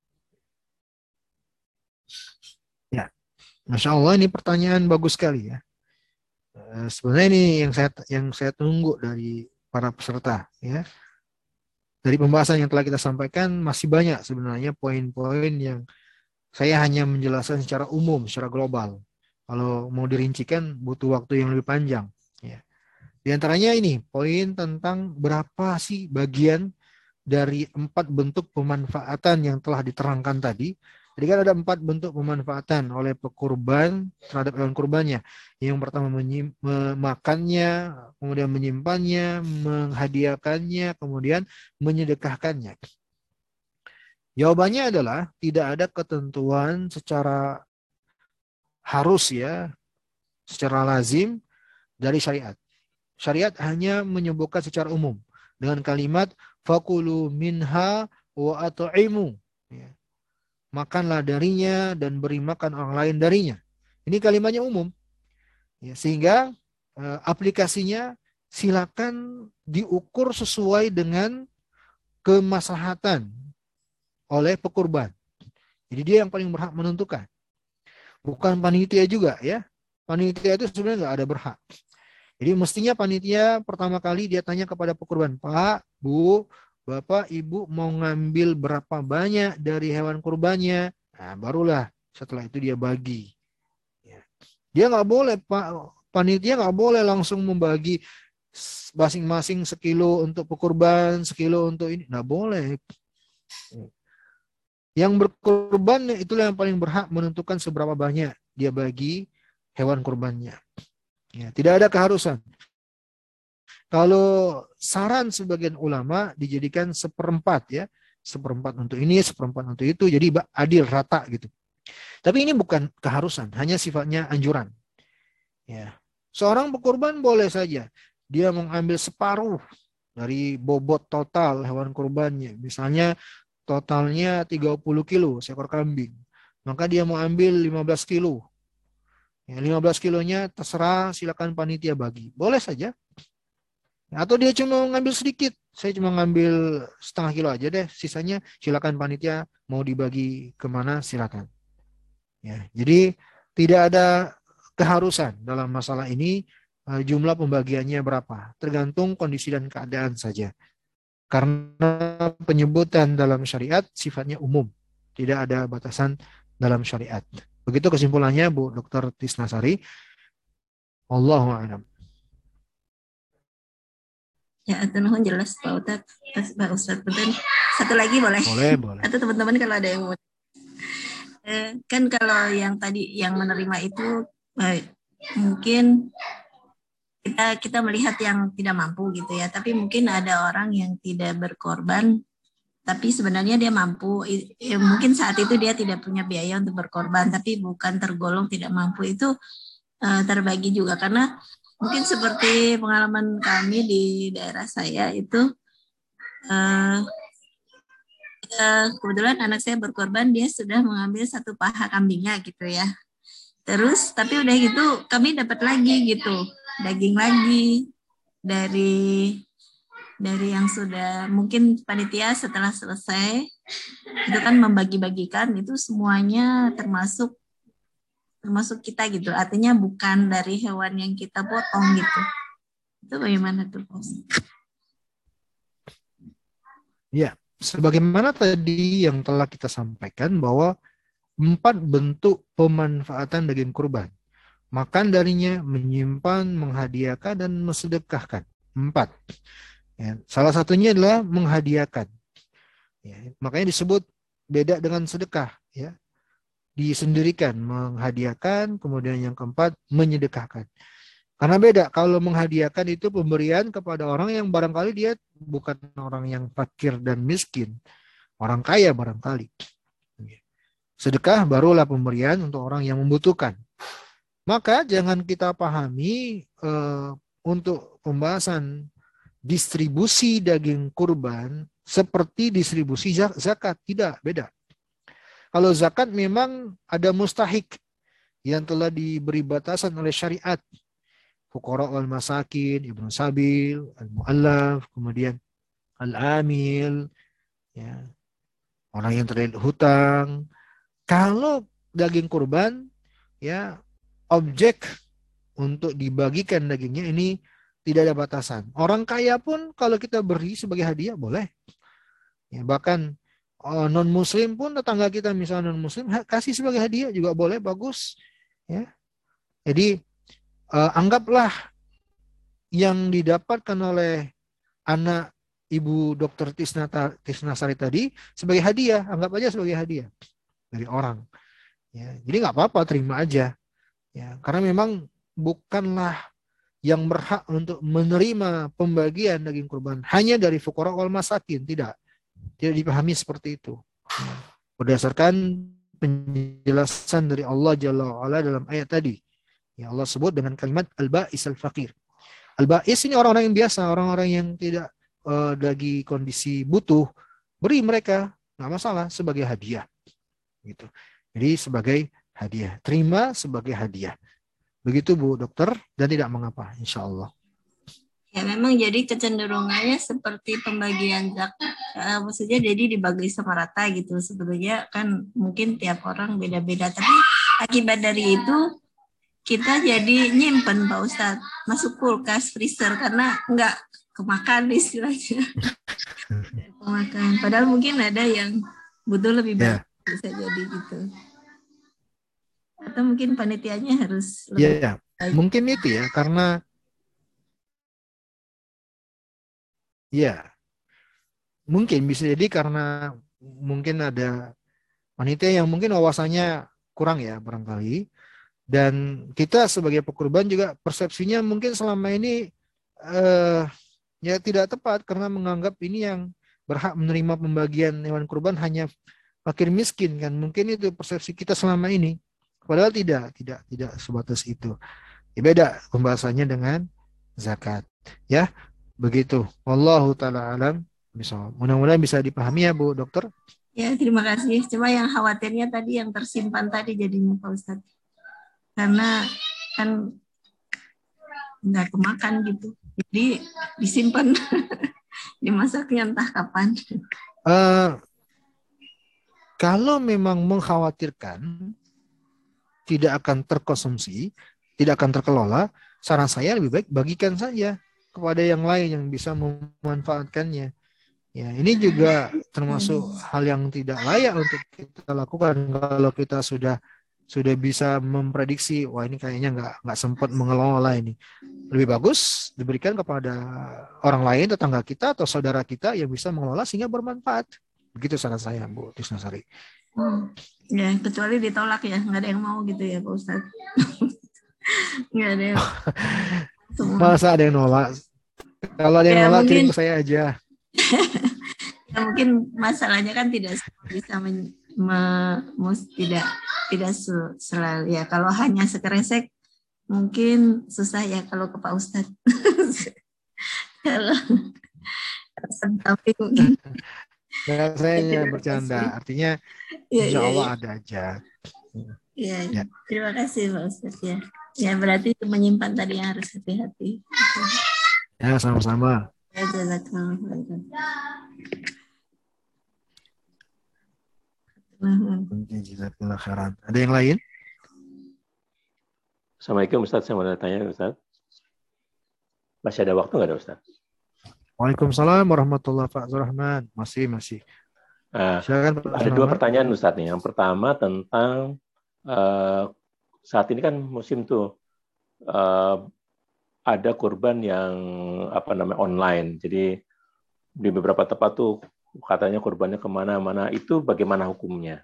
Ya, Masya Allah ini pertanyaan bagus sekali ya. Sebenarnya ini yang saya tunggu dari para peserta ya. Dari pembahasan yang telah kita sampaikan masih banyak sebenarnya poin-poin yang saya hanya menjelaskan secara umum, secara global. Kalau mau dirincikan butuh waktu yang lebih panjang. Ya. Di antaranya ini poin tentang berapa sih bagian dari 4 bentuk pemanfaatan yang telah diterangkan tadi. Jadi kan ada 4 bentuk pemanfaatan oleh pekurban terhadap hewan kurbannya. Yang pertama memakannya, kemudian menyimpannya, menghadiahkannya, kemudian menyedekahkannya. Jawabannya adalah tidak ada ketentuan secara harus ya, secara lazim dari syariat. Syariat hanya menyebutkan secara umum dengan kalimat fakulu minha wa at'imu. Ya. Makanlah darinya dan beri makan orang lain darinya. Ini kalimatnya umum. Ya, sehingga aplikasinya silakan diukur sesuai dengan kemaslahatan oleh pekurban. Jadi dia yang paling berhak menentukan. Bukan panitia juga ya. Panitia itu sebenarnya nggak ada berhak. Jadi mestinya panitia pertama kali dia tanya kepada pekurban, Pak, Bu, Bapak, Ibu mau ngambil berapa banyak dari hewan kurbannya? Nah, barulah setelah itu dia bagi. Dia nggak boleh, Pak, panitia nggak boleh langsung membagi masing-masing sekilo untuk pekurban, sekilo untuk ini. Nggak boleh. Yang berkurban itulah yang paling berhak menentukan seberapa banyak dia bagi hewan kurbannya. Ya, tidak ada keharusan. Kalau saran sebagian ulama dijadikan seperempat ya, seperempat untuk ini, seperempat untuk itu, jadi adil rata gitu. Tapi ini bukan keharusan, hanya sifatnya anjuran. Ya, seorang pekurban boleh saja dia mengambil separuh dari bobot total hewan kurbannya, misalnya totalnya 30 kilo seekor kambing, maka dia mau ambil 15 kilo. Ya, 15 kilonya terserah, silakan panitia bagi. Boleh saja. Atau dia cuma ngambil sedikit. Saya cuma ngambil setengah kilo aja deh. Sisanya silakan panitia mau dibagi kemana silakan. Ya, jadi tidak ada keharusan dalam masalah ini jumlah pembagiannya berapa. Tergantung kondisi dan keadaan saja. Karena penyebutan dalam syariat sifatnya umum. Tidak ada batasan dalam syariat. Begitu kesimpulannya Bu Dr. Tisnasari. Allahu a'lam. Ya, nuhun jelas Pak Ustadz. Pak Ustadz, betul. Satu lagi boleh? Boleh. Atau teman-teman kalau ada yang mau. Kan kalau yang tadi yang menerima itu mungkin kita melihat yang tidak mampu gitu ya. Tapi mungkin ada orang yang tidak berkorban, tapi sebenarnya dia mampu. Mungkin saat itu dia tidak punya biaya untuk berkorban, tapi bukan tergolong tidak mampu, itu terbagi juga. Karena mungkin seperti pengalaman kami di daerah saya itu, kebetulan anak saya berkorban, dia sudah mengambil 1 paha kambingnya gitu ya. Terus tapi udah gitu kami dapat lagi gitu daging lagi dari yang sudah mungkin panitia setelah selesai itu kan membagi-bagikan itu semuanya termasuk kita gitu. Artinya bukan dari hewan yang kita potong gitu. Itu bagaimana tuh, Bos? Ya, sebagaimana tadi yang telah kita sampaikan bahwa 4 bentuk pemanfaatan daging kurban. Makan darinya, menyimpan, menghadiahkan, dan mensedekahkan. 4. Ya, salah satunya adalah menghadiahkan. Ya, makanya disebut beda dengan sedekah, ya. Disendirikan, menghadiahkan, kemudian yang keempat menyedekahkan. Karena beda, kalau menghadiahkan itu pemberian kepada orang yang barangkali dia bukan orang yang fakir dan miskin, orang kaya barangkali. Sedekah barulah pemberian untuk orang yang membutuhkan. Maka jangan kita pahami untuk pembahasan distribusi daging kurban seperti distribusi zakat. Tidak, beda. Kalau zakat memang ada mustahik yang telah diberi batasan oleh syariat. Fuqara wal masakin, ibnu sabil, al-mu'allaf, kemudian al-amil, ya, orang yang terlilit hutang. Kalau daging kurban, ya, objek untuk dibagikan dagingnya ini tidak ada batasan. Orang kaya pun kalau kita beri sebagai hadiah boleh. Ya, bahkan non muslim pun tetangga kita misalnya non muslim kasih sebagai hadiah juga boleh, bagus. Ya. Jadi anggaplah yang didapatkan oleh anak Ibu Dr. Tisnasari tadi sebagai hadiah, anggap aja sebagai hadiah dari orang. Ya, jadi nggak apa-apa, terima aja. Ya, karena memang bukanlah yang berhak untuk menerima pembagian daging kurban hanya dari fuqara wal masakin, tidak dipahami seperti itu. Ya, berdasarkan penjelasan dari Allah Jalla wa'ala dalam ayat tadi. Ya, Allah sebut dengan kalimat al-ba'is al-faqir. Al-ba'is ini orang-orang yang biasa, orang-orang yang tidak lagi kondisi butuh, beri mereka, nggak masalah, sebagai hadiah. Gitu. Jadi sebagai hadiah, terima sebagai hadiah. Begitu Bu Dokter, dan tidak mengapa, insya Allah. Ya memang jadi kecenderungannya seperti pembagian zakat, maksudnya jadi dibagi sama rata gitu. Sebetulnya kan mungkin tiap orang beda-beda, tapi akibat dari itu kita jadi nyimpen Pak Ustadz, masuk kulkas, freezer karena nggak kemakan istilahnya. Kemakan. Padahal mungkin ada yang butuh lebih banyak, bisa jadi gitu. Atau mungkin panitianya harus lebih baik. Mungkin itu ya, karena mungkin bisa jadi karena mungkin ada panitia yang mungkin wawasannya kurang ya barangkali, dan kita sebagai pekurban juga persepsinya mungkin selama ini ya tidak tepat karena menganggap ini yang berhak menerima pembagian hewan kurban hanya fakir miskin kan, mungkin itu persepsi kita selama ini, padahal tidak sebatas itu. Ya, beda pembahasannya dengan zakat, ya begitu. Wallahu taala alam. Mudah-mudahan bisa dipahami ya Bu Dokter. Ya terima kasih. Cuma yang khawatirnya tadi yang tersimpan tadi jadinya Pak Ustadz, karena kan nggak kemakan gitu, jadi disimpan dimasaknya entah kapan. Kalau memang mengkhawatirkan tidak akan terkonsumsi, tidak akan terkelola, saran saya lebih baik bagikan saja kepada yang lain yang bisa memanfaatkannya. Ya, ini juga termasuk hal yang tidak layak untuk kita lakukan kalau kita sudah bisa memprediksi, wah ini kayaknya nggak sempat mengelola ini. Lebih bagus diberikan kepada orang lain, tetangga kita atau saudara kita yang bisa mengelola sehingga bermanfaat. Begitu saran saya, Bu Tisnasari. Ya, kecuali ditolak ya, nggak ada yang mau gitu ya, Pak Ustadz. Nggak ada yang. Masa ada yang nolak? Kalau ada yang nolak, mungkin, kirim ke saya aja. Ya, mungkin masalahnya kan tidak bisa tidak selalu ya. Kalau hanya sekresek mungkin susah ya kalau ke Pak Ustadz. Kalau tapi mungkin. Nah, saya bercanda, artinya insya Allah ada aja. Ya. Terima kasih Pak Ustadz ya. Ya berarti menyimpan tadi yang harus hati-hati. Ya sama-sama. Ya jazakallah. Jazakallah khairan. Ada yang lain? Assalamualaikum Ustaz, saya mau tanya Ustaz. Masih ada waktu nggak ada Ustaz? Waalaikumsalam warahmatullahi wabarakatuh. Rahman. Masih. Silakan, ada dua pertanyaan Ustaz nih. Yang pertama tentang saat ini kan musim tuh ada kurban yang online. Jadi di beberapa tempat tuh katanya kurbannya kemana-mana, itu bagaimana hukumnya?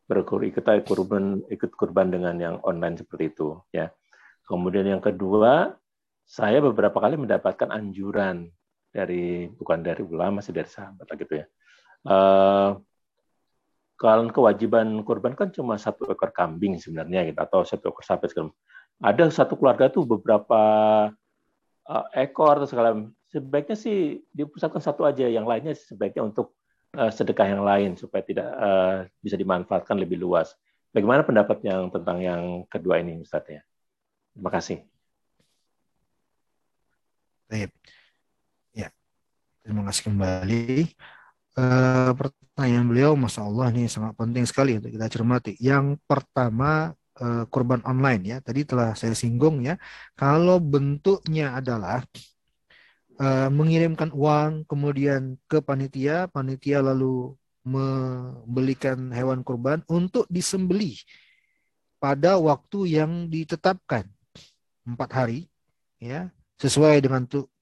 Ikut kurban dengan yang online seperti itu, ya. Kemudian yang kedua, saya beberapa kali mendapatkan anjuran bukan dari ulama sih, dari sahabat gitu ya. Kalau kewajiban kurban kan cuma 1 ekor kambing sebenarnya gitu, atau 1 ekor sapi segala. Ada satu keluarga tuh beberapa ekor atau segala. Sebaiknya sih dipusatkan 1 aja, yang lainnya sebaiknya untuk sedekah yang lain supaya tidak bisa dimanfaatkan lebih luas. Bagaimana pendapat tentang yang kedua ini, Ustaz ya? Terima kasih. Baik. Ya, terima kasih kembali. Pertanyaan beliau, Masya Allah, ini sangat penting sekali untuk kita cermati. Yang pertama, kurban online ya. Tadi telah saya singgung ya. Kalau bentuknya adalah mengirimkan uang kemudian ke panitia lalu membelikan hewan kurban untuk disembelih pada waktu yang ditetapkan 4 hari ya, sesuai dengan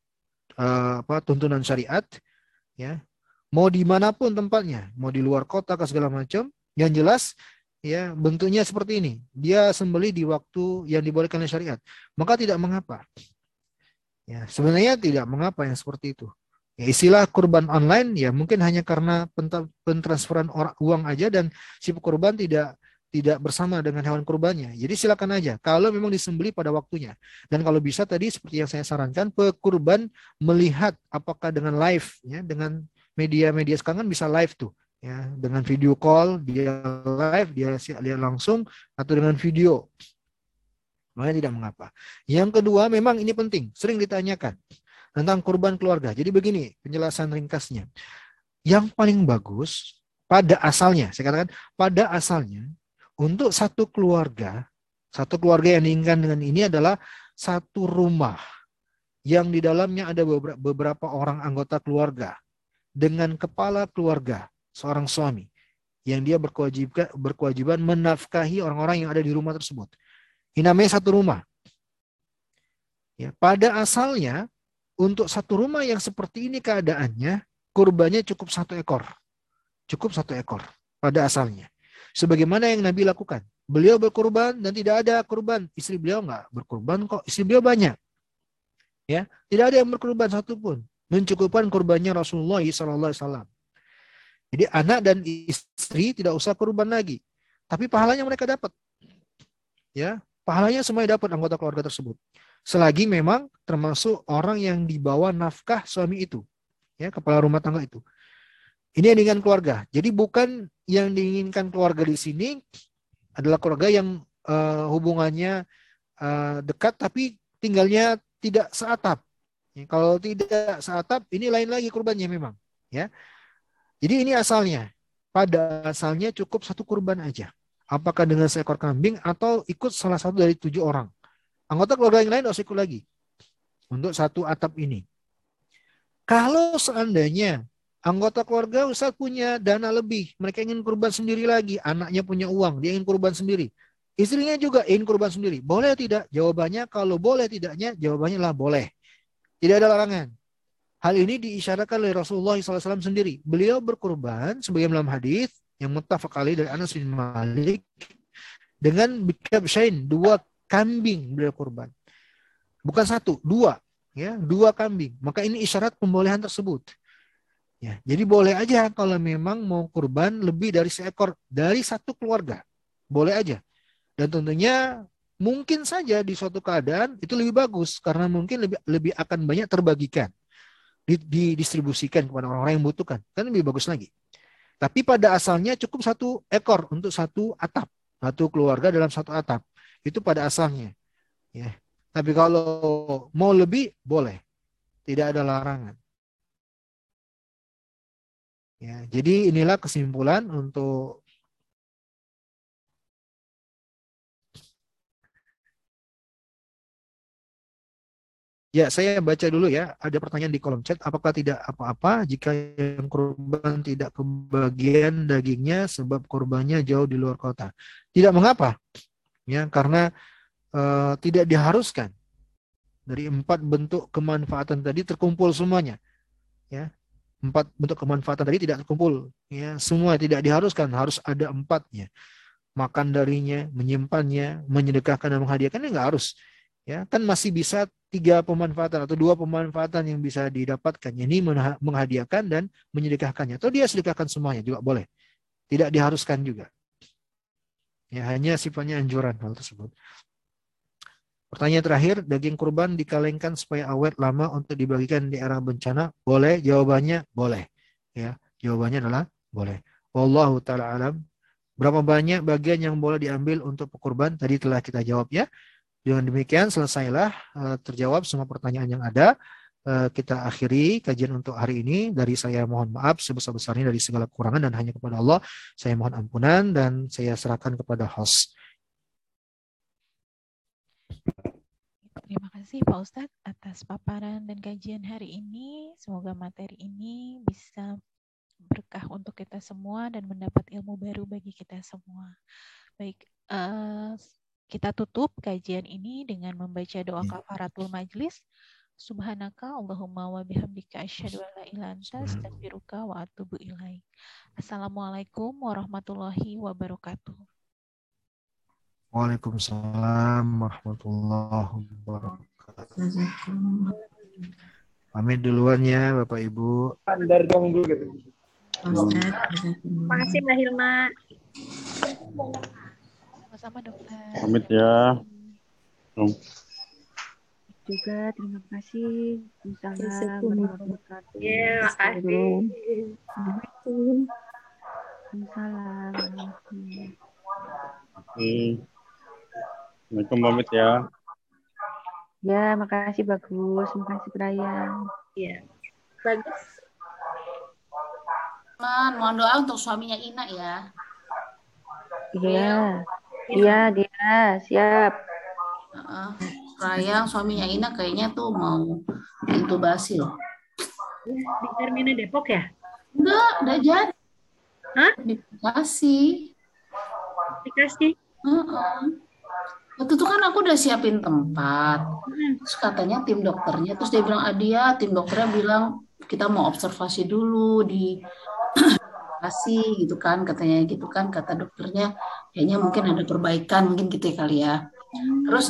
tuntunan syariat ya, mau dimanapun tempatnya, mau di luar kota ke segala macam, yang jelas ya bentuknya seperti ini, dia sembelih di waktu yang dibolehkan oleh syariat, maka tidak mengapa. Ya, sebenarnya tidak mengapa yang seperti itu. Ya, istilah kurban online ya mungkin hanya karena pentransferan uang aja dan si kurban tidak bersama dengan hewan kurbannya. Jadi silakan aja kalau memang disembelih pada waktunya. Dan kalau bisa tadi seperti yang saya sarankan, pekurban melihat apakah dengan live ya, dengan media-media sekarang kan bisa live tuh ya, dengan video call dia live, dia lihat langsung, atau dengan video. Makanya tidak mengapa. Yang kedua, memang ini penting, sering ditanyakan tentang kurban keluarga. Jadi begini penjelasan ringkasnya. Yang paling bagus pada asalnya, saya katakan pada asalnya, untuk satu keluarga yang diinginkan dengan ini adalah satu rumah yang di dalamnya ada beberapa orang anggota keluarga dengan kepala keluarga, seorang suami yang dia berkewajiban menafkahi orang-orang yang ada di rumah tersebut. Ini namanya satu rumah. Ya, pada asalnya untuk satu rumah yang seperti ini keadaannya, kurbannya cukup 1 ekor. Cukup 1 ekor pada asalnya. Sebagaimana yang Nabi lakukan. Beliau berkurban dan tidak ada kurban. Istri beliau enggak berkurban kok. Istri beliau banyak. Ya, tidak ada yang berkurban satupun. Mencukupkan kurbannya Rasulullah SAW. Jadi anak dan istri tidak usah kurban lagi. Tapi pahalanya mereka dapat. Ya, pahalanya semuanya dapat anggota keluarga tersebut. Selagi memang termasuk orang yang dibawa nafkah suami itu. Ya, kepala rumah tangga itu. Ini yang diinginkan keluarga. Jadi bukan yang diinginkan keluarga di sini adalah keluarga yang hubungannya dekat tapi tinggalnya tidak seatap. Ya, kalau tidak seatap, ini lain lagi kurbannya memang. Ya, jadi ini asalnya. Pada asalnya cukup 1 kurban aja. Apakah dengan seekor kambing atau ikut salah satu dari 7 orang. Anggota keluarga yang lain harus ikut lagi. Untuk 1 atap ini. Kalau seandainya anggota keluarga Ustaz punya dana lebih, mereka ingin kurban sendiri lagi, anaknya punya uang, dia ingin kurban sendiri. Istrinya juga ingin kurban sendiri. Boleh tidak? Jawabannya kalau boleh tidaknya, jawabannya lah boleh. Tidak ada larangan. Hal ini diisyaratkan oleh Rasulullah SAW sendiri. Beliau berkurban sebagaimana dalam hadis yang muttafaq alaih dari Anas bin Malik dengan bikabsyain, 2 kambing beliau kurban. Bukan 1, 2. Ya, 2 kambing. Maka ini isyarat pembolehan tersebut. Ya, jadi boleh aja kalau memang mau kurban lebih dari 1 ekor dari 1 keluarga. Boleh aja. Dan tentunya mungkin saja di suatu keadaan itu lebih bagus karena mungkin lebih akan banyak terbagikan. Didistribusikan kepada orang-orang yang membutuhkan. Kan lebih bagus lagi. Tapi pada asalnya cukup 1 ekor untuk 1 atap. 1 keluarga dalam 1 atap. Itu pada asalnya. Ya. Tapi kalau mau lebih, boleh. Tidak ada larangan. Ya, jadi inilah kesimpulan untuk ya, saya baca dulu ya. Ada pertanyaan di kolom chat. Apakah tidak apa-apa jika yang kurban tidak kebagian dagingnya sebab kurbannya jauh di luar kota? Tidak mengapa. Ya, karena tidak diharuskan. Dari 4 bentuk kemanfaatan tadi terkumpul semuanya. Ya. empat bentuk kemanfaatan tadi tidak terkumpul. Ya, semua tidak diharuskan, harus ada empatnya. Makan darinya, menyimpannya, menyedekahkan dan menghadiahkannya nggak harus. Ya, kan masih bisa 3 pemanfaatan atau 2 pemanfaatan yang bisa didapatkan. Ini menghadiahkan dan menyedekahkannya. Atau dia sedekahkan semuanya juga boleh. Tidak diharuskan juga. Ya, hanya sifatnya anjuran hal tersebut. Pertanyaan terakhir, daging kurban dikalengkan supaya awet lama untuk dibagikan di era bencana? Boleh? Jawabannya boleh. Ya, jawabannya adalah boleh. Wallahu taala alam. Berapa banyak bagian yang boleh diambil untuk kurban? Tadi telah kita jawab ya. Dengan demikian selesailah terjawab semua pertanyaan yang ada. Kita akhiri kajian untuk hari ini. Dari saya mohon maaf sebesar-besarnya dari segala kekurangan dan hanya kepada Allah saya mohon ampunan dan saya serahkan kepada host. Terima kasih Pak Ustadz atas paparan dan kajian hari ini. Semoga materi ini bisa berkah untuk kita semua dan mendapat ilmu baru bagi kita semua. Baik, kita tutup kajian ini dengan membaca doa kafaratul majlis. Subhanaka Allahumma wa bihamdika asyhadu an la ilaha illa anta astaghfiruka wa atubu ilaik. Assalamualaikum warahmatullahi wabarakatuh. Waalaikumsalam warahmatullahi wabarakatuh. Pamit duluan ya Bapak Ibu. Dari dong dulu gitu. Makasih Mbak Hilma. Sama-sama dokter. Pamit ya. Juga terima kasih. Assalamualaikum warahmatullahi wabarakatuh. Ya, makasih. Assalamualaikum. Assalamualaikum pamit ya. Ya, makasih bagus. Makasih Brian. Iya. Bagus. Mohon doa untuk suaminya Ina ya. Iya. Iya, dia siap. Raya suaminya Ina kayaknya tuh mau intubasi loh. Di Hermina Depok ya? Enggak jadi. Hah? Dikasih. Waktu itu kan aku udah siapin tempat. Terus katanya tim dokternya, terus dia bilang, tim dokternya bilang kita mau observasi dulu di kasih gitu kan, katanya gitu kan, kata dokternya kayaknya mungkin ada perbaikan mungkin gitu ya kali ya. Terus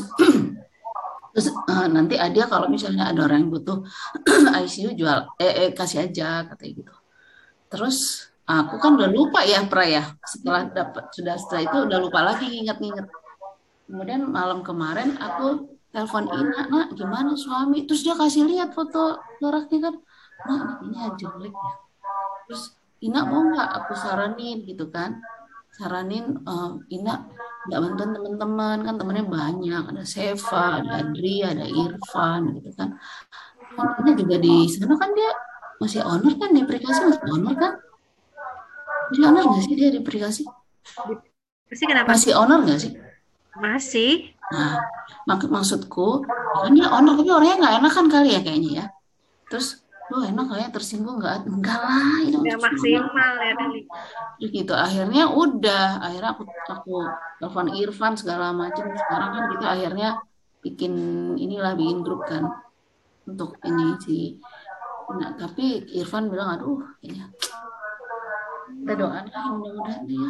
nanti Adia kalau misalnya ada orang yang butuh ICU kasih aja katanya gitu. Terus aku kan udah lupa ya setelah itu udah lupa lagi ingat-ingat. Kemudian malam kemarin aku telepon Ina, Nak gimana suami? Terus dia kasih lihat foto loraknya kan, Nak ini jelek ya. Terus Ina mau nggak aku saranin gitu kan? Saranin Ina nggak bantuin teman-teman kan temennya banyak, ada Seva, ada Adri, ada Irfan gitu kan. Ina juga di sana kan dia masih honor kan di aplikasi masih honor kan? Masih honor nggak sih dia di aplikasi? Masih honor nggak sih? Masih. Nah, maksudku kan dia honor tapi orangnya nggak enakan kali ya kayaknya ya. Terus enak kayaknya tersinggung nggak? Enggak lah, itu nggak maksimal ya kali. Gitu akhirnya aku telepon Irfan segala macam. Sekarang kan kita akhirnya bikin grup kan untuk ini sih. Nah, tapi Irfan bilang aduh kayaknya kita doain lah mudah-mudahan ya.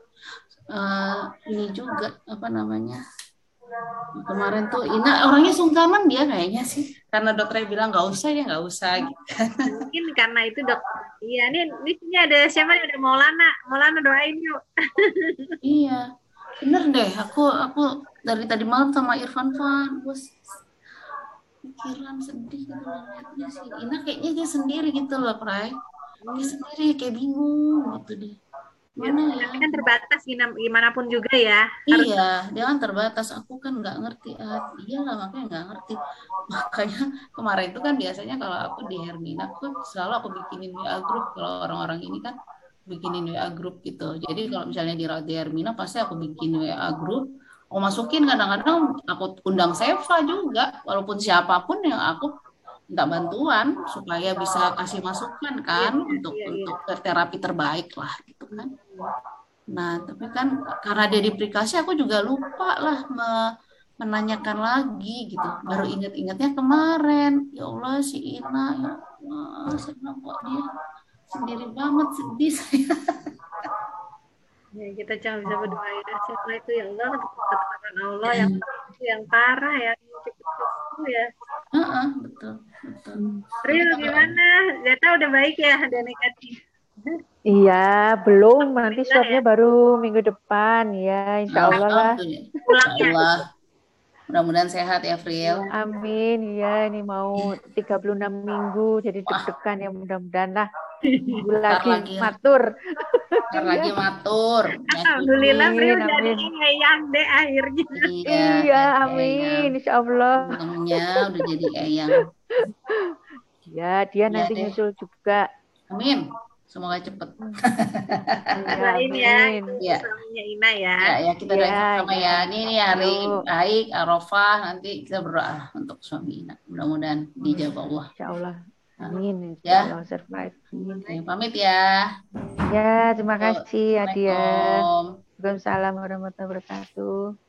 Ini juga kemarin tuh Ina orangnya sungkaman dia kayaknya sih karena dokternya bilang nggak usah gitu. Mungkin karena itu iya nih di sini ada siapa yang udah Maulana doain yuk. Iya bener deh aku dari tadi malam sama Irfan bos pikiran sedih gitu lihatnya sih Ina kayaknya dia sendiri gitu loh Pray dia sendiri kayak bingung gitu deh. Mana ya? Kan terbatas gimana pun juga ya. Iya, dia kan terbatas. Aku kan nggak ngerti. Iyalah makanya nggak ngerti. Makanya kemarin itu kan biasanya kalau aku di Hermina, selalu aku bikinin WA group. Kalau orang-orang ini kan bikinin WA group gitu. Jadi kalau misalnya di Hermina pasti aku bikin WA group. Aku masukin kadang-kadang aku undang Seva juga. Walaupun siapapun yang aku minta bantuan supaya bisa kasih masukan kan untuk terapi terbaik lah gitu kan. Nah tapi kan karena dia di aplikasi aku juga lupa lah menanyakan lagi gitu. Baru ingat-ingatnya kemarin. Ya Allah si Ina, ya Allah, saya bilang kok dia sendiri banget, sedih saya. Ya, kita cuma bisa berdoa ya. Siapa itu ya Allah, ketetapan Allah yang parah ya, yang cepat ya. Betul, betul. Ril gimana? Zeta udah baik ya, udah negatif. Iya, belum. Nanti swabnya baru minggu depan ya, insya Allah lah. Insya Allah. Mudah-mudahan sehat ya, Fril. Amin. Iya, ini mau 36 minggu, jadi deg-degan ya mudah-mudahan lah. Minggu lagi matur. Ntar lagi matur. Alhamdulillah, Fril jadi eyang deh akhirnya. Iya, amin. Insya Allah. Untungnya udah jadi eyang. Ya, dia nanti nyusul juga. Amin. Semoga cepet. Doain ya, itu suaminya Ina ya. Ya, kita doain sama ya. Ini hari baik, Arafah, nanti kita berdoa untuk suami Ina. Mudah-mudahan dijawab Allah. Insya Allah. Amin. Ya. Allah survive. Pamit ya. Ya, terima kasih Adia. Waalaikumsalam warahmatullahi wabarakatuh.